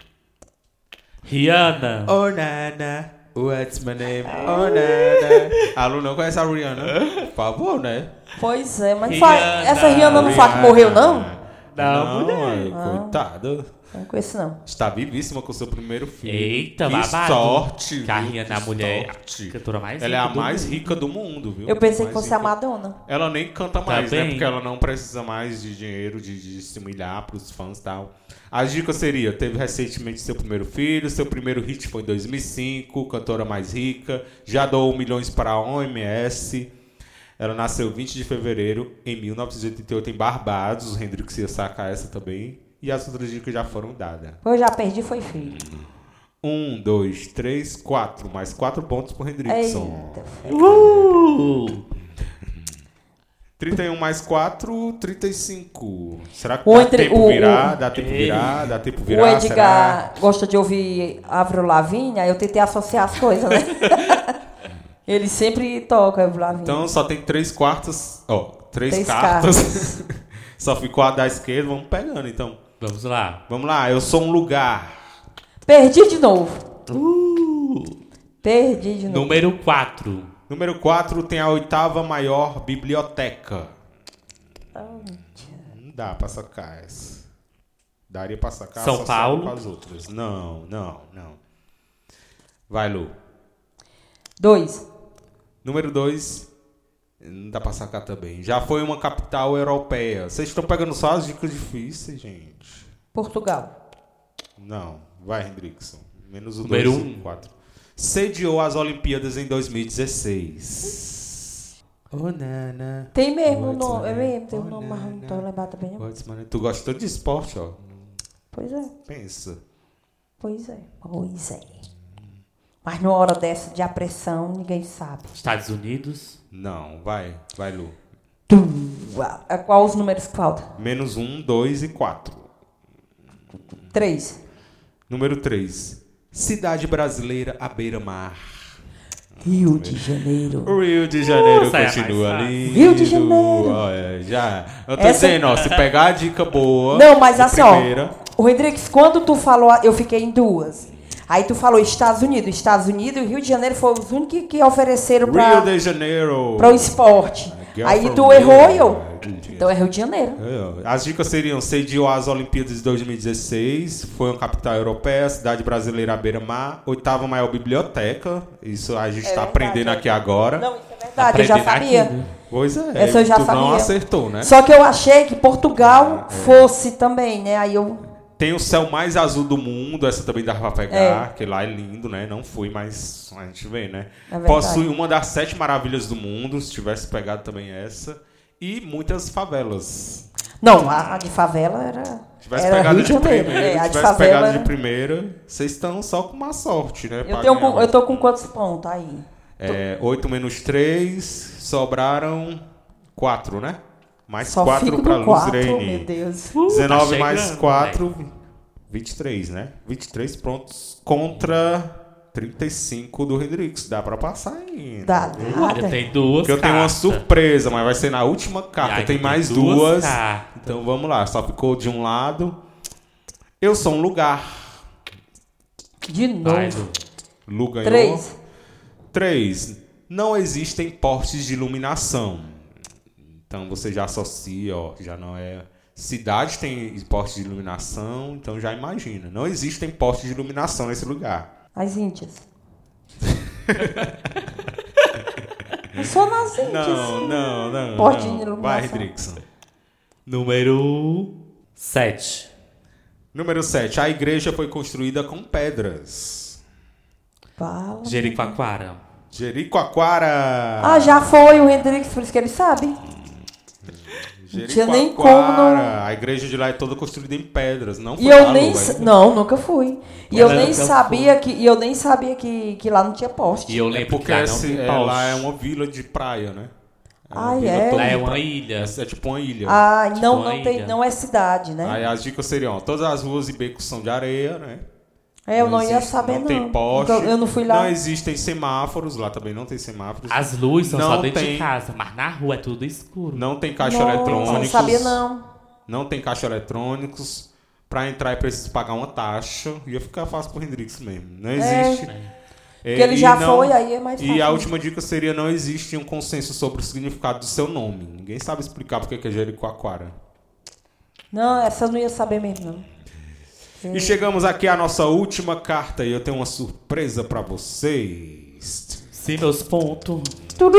Rihanna. Oh, Nana, what's my name? Oh, Nana. A Lu não conhece a Rihanna? Por favor, né? Pois é, mas Rihanna. fa... essa Rihanna não fala que morreu, não? Não, mulher. Coitado. Não conheço, não. Está vivíssima com seu primeiro filho. Eita, que babado. sorte, Que a viu? Rihanna é a Que mulher, sorte. a cantora mais Ela é a rica do mais mundo. rica do mundo, viu? Eu pensei que Mais fosse a rica. Madonna. Ela nem canta mais, né? bem. Porque ela não precisa mais de dinheiro, de, de se humilhar pros fãs e tal. As dicas seria, teve recentemente seu primeiro filho, seu primeiro hit foi em dois mil e cinco, cantora mais rica, já doou milhões para a O M S. Ela nasceu vinte de fevereiro em mil novecentos e oitenta e oito em Barbados, o Hendrix ia sacar essa também. E as outras dicas já foram dadas. Eu já perdi, foi feio. Um, dois, três, quatro. Mais quatro pontos pro Hendrickson. Eita. Uh! trinta e um mais quatro, trinta e cinco. Será que O dá entre- tempo o- virar? o- Dá tempo Ei. virar? Dá tempo O virar? Edgar gosta de ouvir Avril Lavigne, aí eu tentei associar as coisas, né? Ele sempre toca Avril Lavigne. Então só tem três quartas. Ó, três, Três cartas. Só ficou a da esquerda. Vamos pegando então. Vamos lá. Vamos lá. Eu sou um lugar. Perdi de novo. Uh! Perdi de novo. Número quatro. Número quatro tem a oitava maior biblioteca. Não dá pra sacar essa. Daria pra sacar São associado Paulo? com as outras. Não, não, não. Vai, Lu. Dois. Número dois. Não dá pra sacar também. Já foi uma capital europeia. Vocês estão pegando só as dicas difíceis, gente. Portugal. Não. Vai, Hendrickson. Menos o Número dois um. e o quatro. Sediou as Olimpíadas em dois mil e dezesseis. Oh, Nana. Tem mesmo o What's nome. my É name? mesmo, tem um Oh, nome, mas não tô Nana. lembrado também. Não. What's my name? Tu gosta tanto de esporte, ó. Pois é, Pensa. pois é, pois é. Mas numa hora dessa de apressão, ninguém sabe. Estados Unidos. Não, vai. Vai, Lu. Tu, ah, qual os números que faltam? Menos um, dois e quatro. Três. Número três. Cidade brasileira à beira-mar. Rio de Janeiro. O Rio de Janeiro Nossa, é continua mais ali. Rio de Janeiro. Olha, já. Eu tô Essa- dizendo, ó, se pegar a dica boa. Não, mas de assim, primeira, ó. O Hendrix, quando tu falou, eu fiquei em duas. Aí tu falou Estados Unidos. Estados Unidos e o Rio de Janeiro foram os únicos que, que ofereceram pra, Rio de Janeiro. pra o esporte. Aí from tu errou where? e eu. Então é Rio de Janeiro. É, As dicas seriam: sediou as Olimpíadas de dois mil e dezesseis, foi uma capital europeia, cidade brasileira à beira-mar, oitava maior biblioteca. Isso a gente É está verdade, aprendendo é. aqui agora. Não, isso é verdade, eu já Aprendendo sabia. aqui, né? Pois é, Essa eu já tu não sabia. acertou, né? Só que eu achei que Portugal fosse também, né? Aí eu. Tem o céu mais azul do mundo, essa também dá pra pegar, É. que lá é lindo, né? Não fui, mas a gente vê, né? É verdade. Possui uma das sete maravilhas do mundo, se tivesse pegado também essa. E muitas favelas. Não, a, a de favela era. Se tivesse era pegado Rio de Janeiro. primeira, É, se a de tivesse favela. pegado de era- primeira, vocês estão só com má sorte, né? Eu, pra tenho ganhar. com, eu tô com quantos pontos aí? É, oito menos três, sobraram quatro, né? Mais Só quatro fico pra no quatro, Luzirene. meu Deus. dezenove tá mais chegando, quatro, vinte e três, né? vinte e três pontos contra trinta e cinco do Hendrix. Dá pra passar ainda. Dá Ainda nada. tem duas Porque eu tenho uma cartas. surpresa, mas vai ser na última E carta. aí Tem tem mais duas duas. cartas. Então vamos lá. Só ficou de um lado. Eu sou um lugar. De Vai, novo. Lu. Lu ganhou. Três. Três. Não existem postes de iluminação. Então você já associa, ó, já não é. Cidade tem postes de iluminação, então já imagina. Não existem postes de iluminação nesse lugar. As Índias. Eu sou nas Índias. Não, não, não. Poste de não. iluminação. Vai, Hendrickson. Número sete. Número sete. A igreja foi construída com pedras. Fala. Jericoacoara. Jericoacoara. Ah, já foi o Hendrix, por isso que ele sabe. Não tinha nem como não. A igreja de lá é toda construída em pedras, não foi E eu lá, nem. Lu, sa- é- Não, nunca fui. E Mas eu eu nem nunca sabia que. E eu nem sabia que, que lá não tinha poste. E eu É lembro porque que lá não esse- tem é, poste. lá é uma vila de praia, né? É uma Ah, vila é? toda Lá de é uma praia. ilha. É, é tipo uma ilha. Ah, Tipo não, uma não, tem, ilha. não é cidade, né? Aí as dicas seriam, ó, todas as ruas e becos são de areia, né? É, eu não, ia existe- saber, não. não. tem poste. Então, eu não fui lá. Não existem semáforos, lá também não tem semáforos. As luzes são Não só dentro tem. de casa, mas na rua é tudo escuro. Não tem caixa Nossa, eletrônicos. não sabia, não. Não tem caixa eletrônicos. Pra entrar é preciso pagar uma taxa. Ia ficar fácil pro Hendrix mesmo. Não existe. É. Porque ele e já não- foi, aí é mais fácil. E a última dica seria: não existe um consenso sobre o significado do seu nome. Ninguém sabe explicar porque que é Jericoacoara. Não, essa eu não ia saber mesmo, não. E chegamos aqui à nossa última carta e eu tenho uma surpresa pra vocês. Sim, meus pontos. Tudo.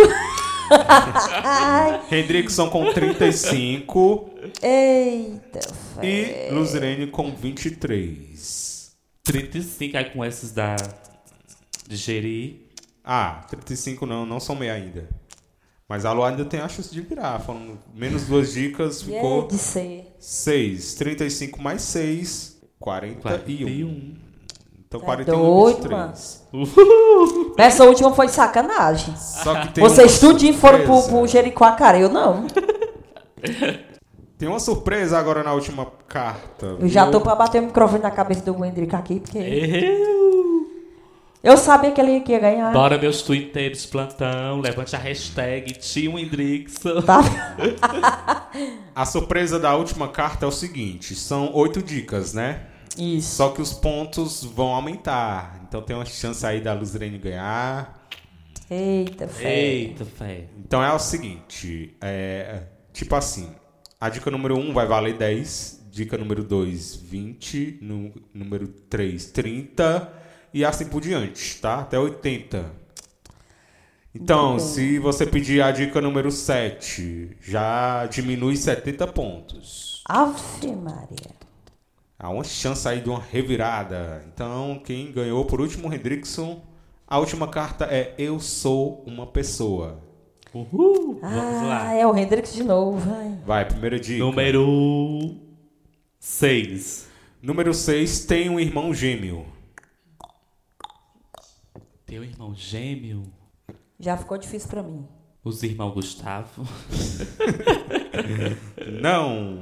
Ai, Hendrickson com trinta e cinco eita, e fé. Luzirene com vinte e três. trinta e cinco aí com esses da de Jeri. Ah, trinta e cinco não, não somei ainda. Mas a Lu ainda tem a chance de virar. Foram menos duas dicas, E é ficou de ser. seis. trinta e cinco mais seis, quarenta e um. quarenta e um. Então É quarenta e um e doido, vinte e três. Essa última foi sacanagem. Só que tem Vocês uma tudinho foram pro, surpresa. pro Jericoacoara, eu não. Tem uma surpresa agora na última carta. Eu já viu? tô pra bater o microfone na cabeça do Hendrick aqui, porque Eu. eu sabia que ele ia ganhar. Bora, meus twitteiros de plantão. Levante a hashtag Tio Hendrickson. Tá? A surpresa da última carta é o seguinte: são oito dicas, né? Isso. Só que os pontos vão aumentar. Então tem uma chance aí da Luzirene ganhar. Eita, fé. Eita, fé. Então é o seguinte: é, tipo assim, a dica número um vai valer dez, dica número dois, vinte, no, número três, trinta e assim por diante, tá? Até oitenta. Então, Muito bem. se você pedir a dica número sete, já diminui setenta pontos. Ave Maria. Há uma chance aí de uma revirada. Então, quem ganhou por último, Hendrickson. A última carta é Eu Sou Uma Pessoa. Uhul. Vamos Ah, lá. é o Hendrix de novo, vai. Vai, primeira dica. Número seis. Número seis, tem um irmão gêmeo. Teu irmão gêmeo? Já ficou difícil pra mim. Os irmãos Gustavo? Não.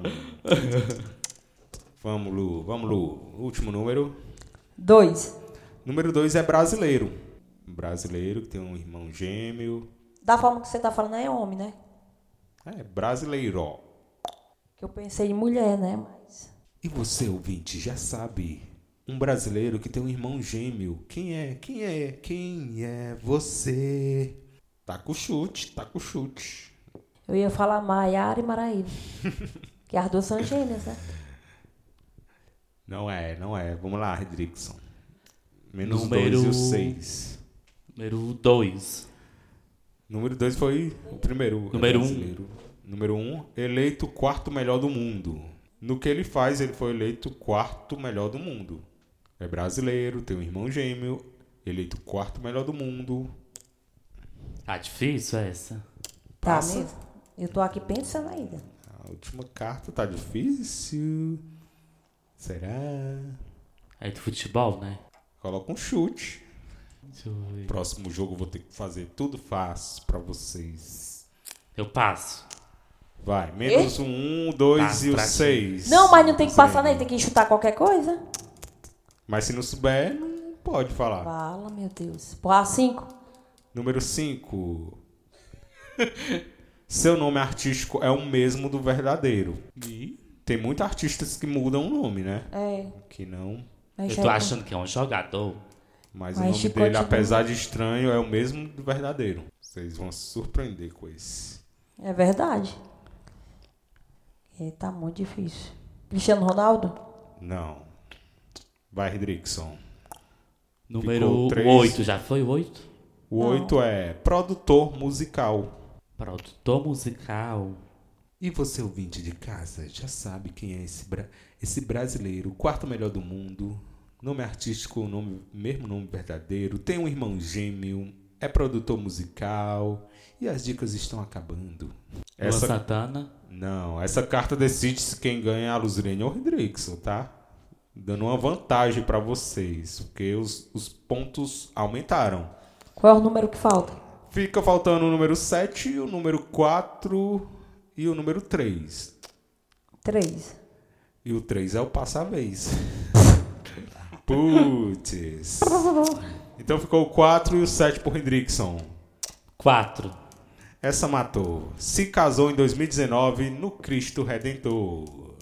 Vamos, Lu. Vamos, Lu. Último número. Dois. Número dois é brasileiro. Brasileiro que tem um irmão gêmeo. Da forma que você tá falando é homem, né? É, brasileiro. Que eu pensei em mulher, né? Mas. E você, ouvinte, já sabe. Um brasileiro que tem um irmão gêmeo. Quem é? Quem é? Quem é você? Tá com chute, tá com chute. Eu ia falar Maiara e Maraíba. Que as duas são gêmeas, né? Não é, não é. Vamos lá, Redrickson. Menos Número- dois e o seis. Número dois. Número dois foi o primeiro. Número um. brasileiro. Número um, eleito quarto melhor do mundo. No que ele faz, ele foi eleito quarto melhor do mundo. É brasileiro, tem um irmão gêmeo, eleito quarto melhor do mundo. Tá difícil essa? Tá Passa. mesmo? Eu tô aqui pensando ainda. A última carta tá difícil. Será? É de futebol, né? Coloca um chute. Deixa eu ver. Próximo jogo eu vou ter que fazer tudo fácil pra vocês. Eu passo. Vai, menos o um, dois Passa e o pra ti. seis. Não, mas não tem que passar, Zé. nem tem que chutar qualquer coisa. Mas se não souber, não pode falar. Fala, meu Deus. Porra, cinco. Número cinco. Seu nome artístico é o mesmo do verdadeiro. E tem muitos artistas que mudam o nome, né? É. Que não. Mas Eu já tô é- achando que é um jogador. Mas, Mas o nome Chico dele, continua. apesar de estranho, é o mesmo do verdadeiro. Vocês vão se surpreender com esse. É verdade. É, tá muito difícil. Cristiano Ronaldo? Não. Vai, Redrickson. Número Ficou três. oito. Já foi o oito? O Não. oito é produtor musical. Produtor musical. E você, ouvinte de casa, já sabe quem é esse, bra esse brasileiro, o quarto melhor do mundo, nome artístico, nome, mesmo nome verdadeiro, tem um irmão gêmeo, é produtor musical e as dicas estão acabando. Luan Essa, Santana. não, essa carta decide se quem ganha é a Luzirene ou o Redrickson, tá? Dando uma vantagem para vocês, porque os, os pontos aumentaram. Qual é o número que falta? Fica faltando o número sete, o número quatro e o número três. Três. E o três é o passa-vez. Putz. Então ficou o quatro e o sete por Hendrickson. quatro. Essa matou. Se casou em dois mil e dezenove no Cristo Redentor.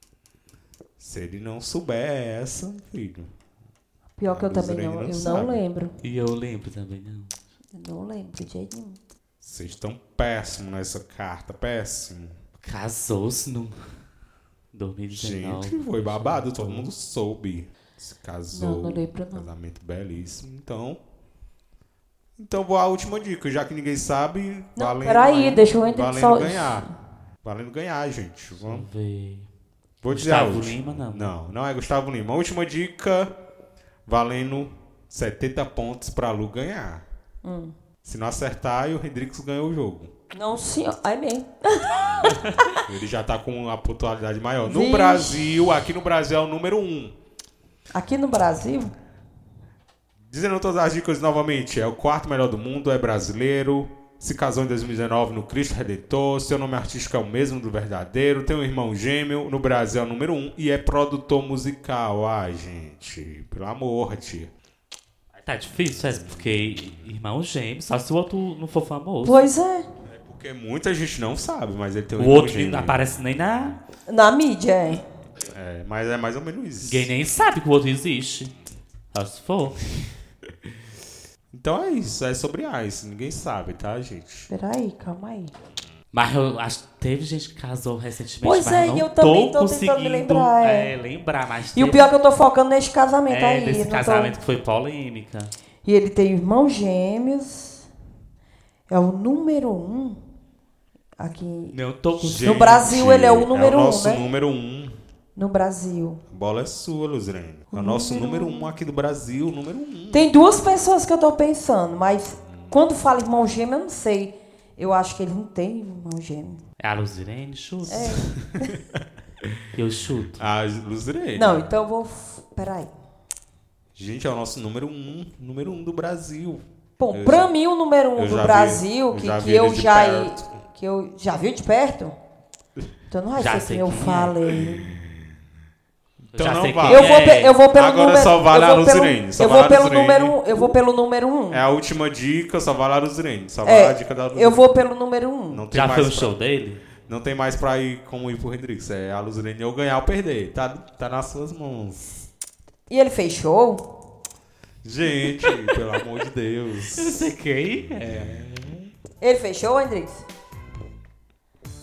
Se ele não souber essa, filho. Pior que eu A também Luzirene não, não eu sabe. não lembro. E eu lembro também, não. Eu não lembro de jeito nenhum. Vocês estão péssimos nessa carta, péssimo. Casou-se no dois mil e dezenove. Gente, foi babado, todo mundo soube. Se casou. Não, não lembro não. Casamento belíssimo. Então. Então vou à última dica, já que ninguém sabe. Não, valendo peraí, ganhar. deixa eu entender Valendo só- ganhar. Valendo ganhar, gente. Vamos. Vamos ver. Vou dizer a Gustavo última. Lima, não. Não, não é Gustavo Lima. A última dica, valendo setenta pontos pra Lu ganhar. Hum. Se não acertar, o Hendrix ganhou o jogo. Não, senhor. Ai, mesmo. Ele já tá com a pontualidade maior. No Vixe. Brasil, aqui no Brasil é o número um. Aqui no Brasil, Dizendo todas as dicas novamente, é o quarto melhor do mundo, é brasileiro, se casou em dois mil e dezenove no Cristo Redentor, seu nome artístico é o mesmo do verdadeiro, tem um irmão gêmeo, no Brasil é o número um e é produtor musical. Ai, gente, pelo amor, tia. Tá difícil, é porque irmão gêmeo, só se o outro não for famoso. pois é. É porque muita gente não sabe, mas ele tem um O irmão outro gêmeo. não aparece nem na... Na mídia, é. É, mas é mais ou menos isso. Ninguém nem sabe que o outro existe. Só se for. Então é isso, é sobre Ice, ninguém sabe, tá, gente? Peraí, calma aí. Mas eu acho que teve gente que casou recentemente, Pois mas é, não e eu também tô tô tentando me conseguindo lembrar, é. é, lembrar. Mas E o teve- pior é que eu tô focando nesse casamento é, aí. desse não tô- casamento que foi polêmica. E ele tem irmãos gêmeos. É o número um. Aqui. Eu tô conseguindo. Gente, Brasil, ele é o número é o um, nosso né? número um. No Brasil. A bola é sua, Luzirene. É o nosso número um aqui do Brasil, número um. Tem duas pessoas que eu tô pensando, mas quando fala irmão gêmeo, eu não sei. Eu acho que ele não tem irmão gêmeo. É a Luzirene? Chuta. É. Eu chuto. A Luzirene. Não, então eu vou. Peraí. Gente, é o nosso número um, número um do Brasil. Bom, Eu pra já- mim o número um eu do já vi- Brasil, eu que, já que vi eu ele de já. perto. Que eu já viu de perto? Então não vai Já ser sei quem eu quem é. falei. Então já não sei vale. quem Eu vou, é. pe- eu vou pelo Agora número. só vale eu a vou pelo- Luzirene, só Eu vale vou a pelo Luzirene. número. Eu vou pelo número um. É a última dica, só vale a Luzirene. Só vale É, a dica da Luzirene. eu vou pelo número um. Não tem Já mais foi o pra- show dele? Não tem mais pra ir como ir pro Hendrix. É a Luzirene ou ganhar ou perder. Tá, tá nas suas mãos. E ele fez show? Gente, pelo amor de Deus. Eu sei quem é. Ele fez show, Hendrix?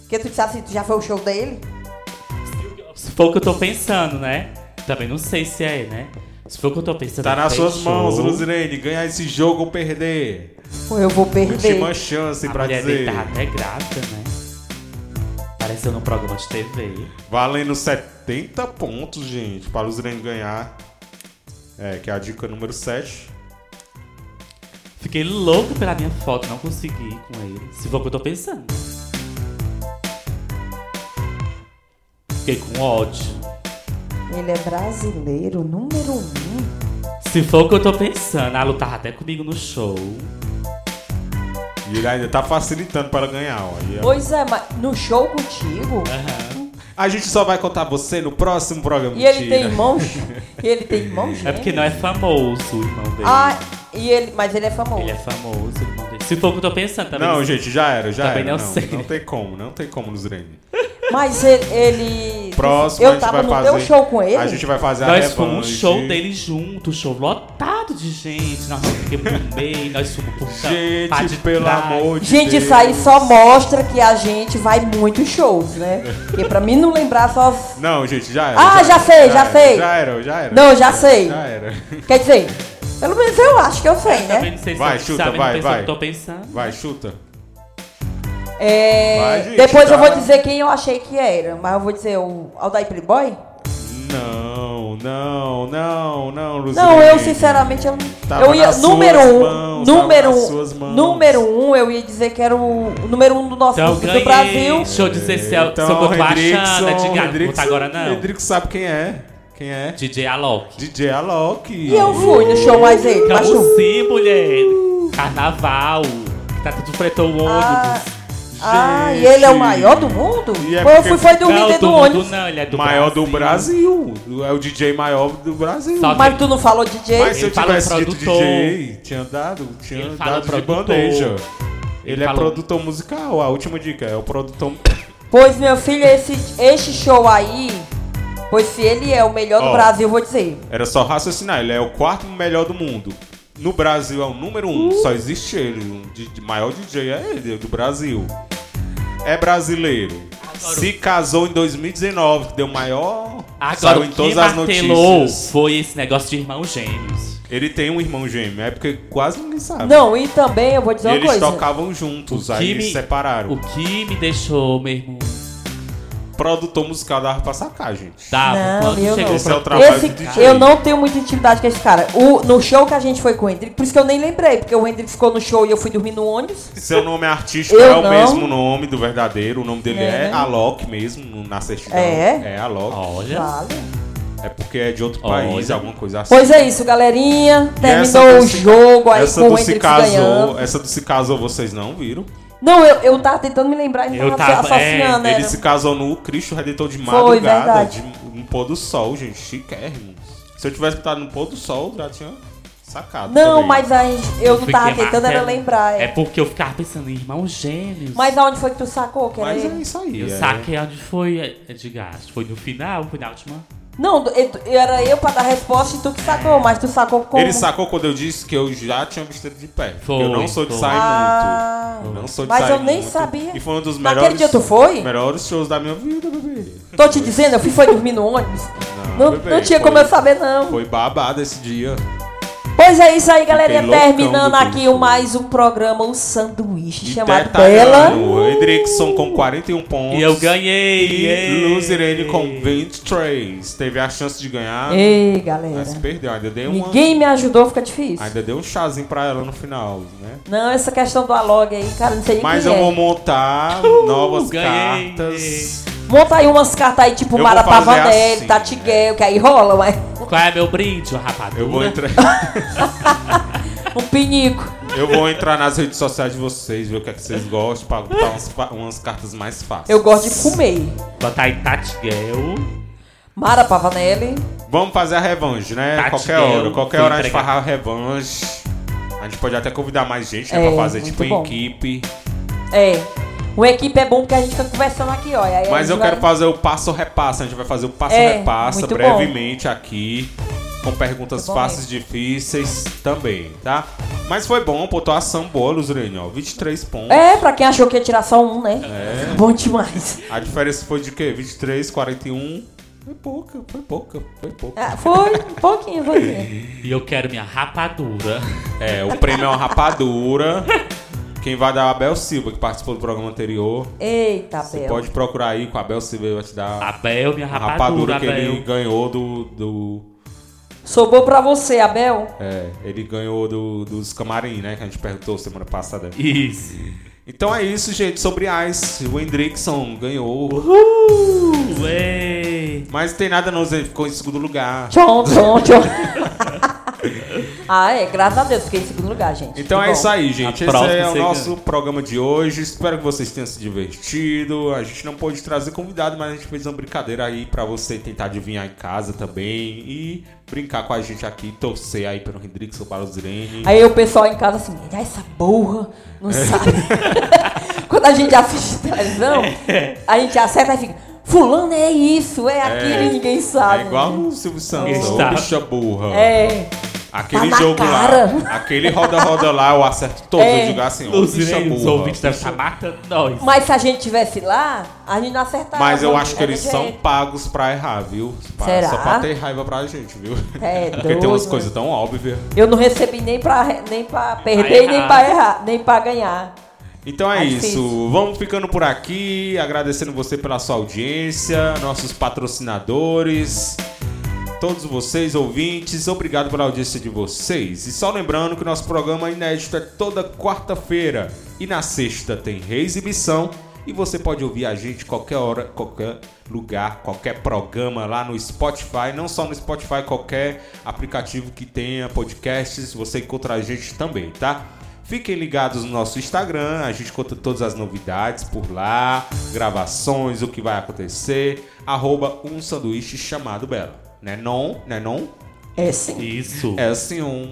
Porque tu disse assim, tu já foi o show dele? Se for o que eu tô pensando, né? Também não sei se é, né? Se for o que eu tô pensando... Tá nas fez suas mãos, show. Luzirene. Ganhar esse jogo ou perder. Pô, eu vou perder. Última chance A pra mulher dizer. dele tava até grávida, né? Apareceu num programa de T V. Valendo setenta pontos, gente, pra Luzirene ganhar. É, que é a dica número sete. Fiquei louco pela minha foto, não consegui ir com ele. Se for o que eu tô pensando. Fiquei com ódio. Ele é brasileiro, número um. Se for o que eu tô pensando, ela tava até comigo no show. E ele ainda tá facilitando para ganhar, ó. E, ó. Pois é, mas no show contigo... Aham. A gente só vai contar você no próximo programa. E ele mentira. tem irmãos? E ele tem irmãos? É porque não é famoso o irmão dele. Ah, e ele, mas ele é famoso. Ele é famoso, o irmão dele. Se for o que eu tô pensando, também. Não, gente, já era, já Também era. não Não, sei. não tem como, não tem como, Luzirene. Mas ele... ele... Próximo a Eu gente tava vai no fazer. teu show com ele? A gente vai fazer a Nós revanche. fomos um show dele junto, show lotado de gente. Nós ficamos no meio, nós fomos por cá, Gente, parte de pelo trás. amor de Gente, Deus. isso aí só mostra que a gente vai muitos shows, né? Porque pra mim não lembrar só... Não, gente, já era. Ah, já sei, já era, sei. Já era, já era. Não, já sei. Já era. Quer dizer, pelo menos eu acho que eu sei, Também né? não sei se Vai, você chuta, sabe, vai, não sei se vai. eu tô pensando. Vai, chuta. É, Vai, gente, depois tá. eu vou dizer quem eu achei que era, mas eu vou dizer o Aldair Playboy? Não, não, não, não, Luzirene. Não, eu sinceramente eu, Tava eu ia nas número suas um, mãos, tava número nas um, suas mãos. número um, eu ia dizer que era o, o número um do nosso Então eu música ganhei. do Brasil. Deixa eu dizer se, é, Então, se eu tô achando, é de Hendrickson, gato. Não botar agora não. Hendrickson sabe quem é. Quem é? D J Alok. D J Alok. E eu fui no show mais ele, mas Então tu... sim, mulher. Carnaval. Tá tudo fretou o ônibus. Ah, ah, e ele é o maior do mundo? E é Pô, eu porque- fui foi dormir Não, dentro do do mundo ônibus. não, ele é do Maior do Brasil. Brasil. É o D J maior do Brasil. Só que- Mas tu não falou D J? Mas se eu Ele falou tivesse dito produtor. D J, tinha dado, tinha Ele falou dado de produtor. bandeja. Ele, Ele é falou- produtor musical. A última dica é o produtor. Pois, meu filho, esse, este show aí, pois se ele é o melhor do Ó. Brasil, eu vou dizer. Era só raciocinar. Ele é o quarto melhor do mundo. No Brasil é o número um. Uh. Só existe ele. O D- de maior D J é ele, do Brasil. É brasileiro. Se casou em dois mil e dezenove, que deu maior. Agora, Saiu o em que todas as martelou notícias. foi esse negócio de irmãos gêmeos. Ele tem um irmão gêmeo. É porque quase ninguém sabe. Não, e também eu vou dizer E uma eles coisa. tocavam juntos, O aí que eles me- se separaram. O que me deixou mesmo... Produtor musical dava pra sacar, gente. Dava, Não, quando eu chegou não. Esse é o pra- trabalho Esse, do D J. eu não tenho muita intimidade com esse cara. O, no show que a gente foi com o Hendrick, por isso que eu nem lembrei, porque o Hendrick ficou no show e eu fui dormir no ônibus. Seu nome artístico Eu é o não. mesmo nome do verdadeiro. O nome dele É, é, né? Alok mesmo, no- na certidão. É? É Alok. Olha, Vale. É porque é de outro Olha. país, alguma coisa assim. Pois é isso, galerinha. E essa Terminou do o se- jogo aí essa com do o se Hendrick casou, ganhando. Essa do se casou vocês não viram? Não, eu, eu tava tentando me lembrar e Eu não tava tava- associando, é, Ele era. se casou no Cristo Redentor de Foi, madrugada, verdade. de, no pôr do sol, gente. Chiquérrimo. Se eu tivesse botado no pôr do sol, já tinha sacado. Não, também. mas aí eu não tava fiquei tentando era martelando. lembrar. É É. porque eu ficava pensando em irmãos gêmeos. Mas aonde foi que tu sacou que era Mas é ele? isso aí. Eu é. saquei onde foi, Edgar. Acho que foi no final, foi na última. Não, eu- era eu pra dar resposta e tu que sacou, mas tu sacou como? Ele sacou quando eu disse que eu já tinha visto ele de pé. Porque Foi, eu não sou de foi. sair Ah, muito. Eu não sou de mas sair eu nem muito. sabia. E foi um dos Naquele melhores, dia tu foi? melhores shows da minha vida, bebê. Tô te dizendo, eu fui foi dormir no ônibus. Não, bebê, não tinha foi- como eu saber, não. Foi babado esse dia. Pois é isso aí, galerinha. loucão Terminando do aqui curso. o mais um programa, o Sanduíche, E chamado detalhando, Bela. Hendrickson com quarenta e um pontos. E eu ganhei! E Ei! Luzirene com vinte e três. Teve a chance de ganhar, Ei, galera. mas perdeu. Ainda deu, uma, Ninguém me ajudou, fica difícil. ainda deu um chazinho pra ela no final, né? Não, essa questão do Alog aí, cara, não sei nem Mas quem eu é. vou montar novas ganhei. cartas. Monta aí umas cartas aí, tipo Eu Mara vou fazer Pavanelli, assim, Tatiguel, que aí rola, mas Qual é meu brinde, uma rapadura? Eu vou entrar. um pinico. Eu vou entrar nas redes sociais de vocês, ver o que é que vocês gostam, pra botar umas, fa- umas cartas mais fáceis. Eu gosto de comer. Botar aí Tatiguel. Mara Pavanelli. Vamos fazer a revanche, né? Tati qualquer Gale, hora. Qualquer fui hora a gente entregar. fará a revanche. A gente pode até convidar mais gente, né? É, pra fazer muito tipo em bom. equipe. É. Uma equipe é bom porque a gente fica conversando aqui, ó. e aí a Mas gente eu quero vai- fazer o passo-repassa. A gente vai fazer o É, passo-repassa muito brevemente aqui. Com perguntas Muito bom fáceis e difíceis também, tá? Mas foi bom, pontuação boa, Luzirene, ó. vinte e três pontos. É, pra quem achou que ia tirar só um, né? É. Bom demais. A diferença foi de quê? vinte e três, quarenta e um. Foi pouca, foi pouca, foi pouca. É, foi, um pouquinho, foi. E eu quero minha rapadura. É, o prêmio é uma rapadura. Quem vai dar é a Abel Silva, que participou do programa anterior. Eita, Você Abel. pode procurar aí com a Abel Silva, ele vai te dar Abel, minha a rapadura, rapadura que Abel. ele ganhou do... do Sobrou pra você, Abel. é, ele ganhou do, dos camarim, né? Que a gente perguntou semana passada. Isso. Então é isso, gente. Sobre Ice, o Hendrickson ganhou. Uhul! Ué. Mas tem nada não, ele ficou em segundo lugar. Tchon, tchon, tchon. Ah, é, graças a Deus, fiquei em segundo lugar, gente. Então Que é bom. isso aí, gente. A Esse próxima é o você nosso ganha. programa de hoje. Espero que vocês tenham se divertido. A gente não pôde trazer convidado, mas a gente fez uma brincadeira aí pra você tentar adivinhar em casa também. E brincar com a gente aqui, torcer aí pelo Hendrickson, para o Luzirene. Aí o pessoal em casa assim, ah, essa burra, não sabe. Quando a gente assiste televisão, a gente acerta e fica, fulano é isso, é aquilo e ninguém sabe. É igual o Silvio Santos, Está. ô bicha burra. É. Aquele Tá na jogo cara. lá, aquele roda-roda lá, eu acerto todos. É. Eu digo assim, ó, bicha Luzirene, os burra. ouvintes devem estar matando nós. Mas se a gente tivesse lá, a gente não acertava. Mas eu acho que É eles do são jeito. pagos pra errar, viu? Pa- Será? Só pra ter raiva pra gente, viu? É Porque tem umas doido. coisas tão óbvias. Eu não recebi nem pra, nem pra perder Pra e nem errar. pra errar, nem pra ganhar. Então é Tá isso. difícil. Vamos ficando por aqui. Agradecendo você pela sua audiência, nossos patrocinadores, todos vocês, ouvintes. Obrigado pela audiência de vocês. E só lembrando que o nosso programa inédito é toda quarta-feira. E na sexta tem reexibição. E você pode ouvir a gente qualquer hora, qualquer lugar, qualquer programa lá no Spotify. Não só no Spotify, qualquer aplicativo que tenha podcasts, você encontra a gente também, tá? Fiquem ligados no nosso Instagram, a gente conta todas as novidades por lá, gravações, o que vai acontecer, arroba um sanduíche chamado Bela. Né não? Né não? É sim. Isso. É assim um.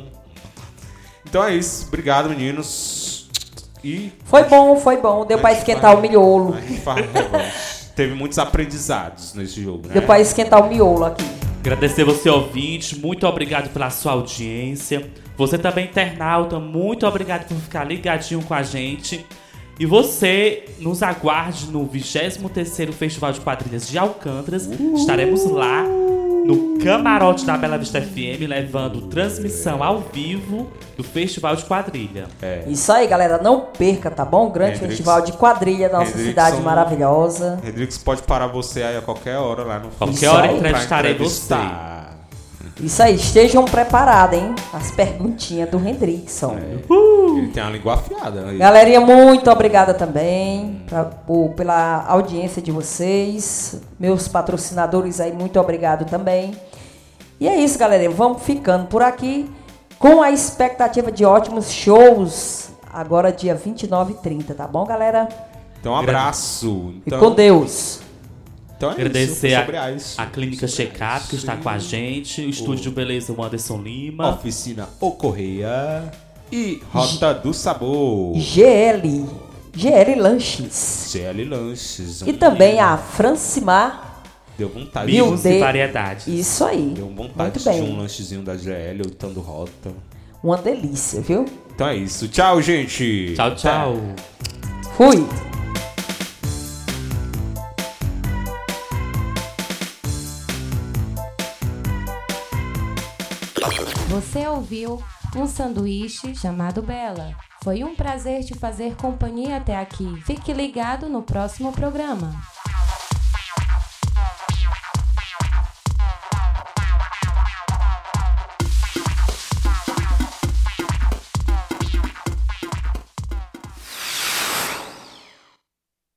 Então é isso, obrigado meninos. E Foi bom, foi bom. Deu a pra gente esquentar faz- o miolo. A gente faz revanche. Teve muitos aprendizados nesse jogo, né? Deu pra esquentar o miolo aqui. Agradecer você, ouvinte. Muito obrigado pela sua audiência. Você também, internauta, muito obrigado por ficar ligadinho com a gente. E você nos aguarde no vigésimo terceiro Festival de Quadrilhas de Alcântaras. Estaremos lá no camarote da Bela Vista F M, levando transmissão ao vivo do Festival de Quadrilha. É. Isso aí, galera. Não perca, tá bom? Grande Hendrix. festival de quadrilha da nossa Hendrickson. cidade maravilhosa. Rodrigues pode parar você aí a qualquer hora lá no Qualquer festival hora pra entrevistarei entrevistar. Isso aí, estejam preparados, hein? As perguntinhas do Hendrickson. Ele tem uma língua afiada. Né? Galerinha, muito obrigada também pra, por- pela audiência de vocês. Meus patrocinadores aí, muito obrigado também. E é isso, galerinha. Vamos ficando por aqui com a expectativa de ótimos shows. Agora dia vinte e nove e trinta, tá bom, galera? Então um abraço. E Então, com Deus. então é Agradecer isso. a, Sobre a, isso. a Clínica Sobre Checkup, isso. que está com a gente. O Estúdio Beleza, o Anderson Lima. Oficina O Correia e Rota do Sabor. G L. G L Lanches. G L Lanches. E também a Francimar. Deu vontade. Viu? Vinhos de- e variedades. Isso aí. Deu vontade Muito de bem. um lanchezinho da G L ou tanto Rota. Uma delícia, viu? Então é isso. Tchau, gente. Tchau, tchau. Fui. Você ouviu um sanduíche chamado Bela. Foi um prazer te fazer companhia até aqui. Fique ligado no próximo programa.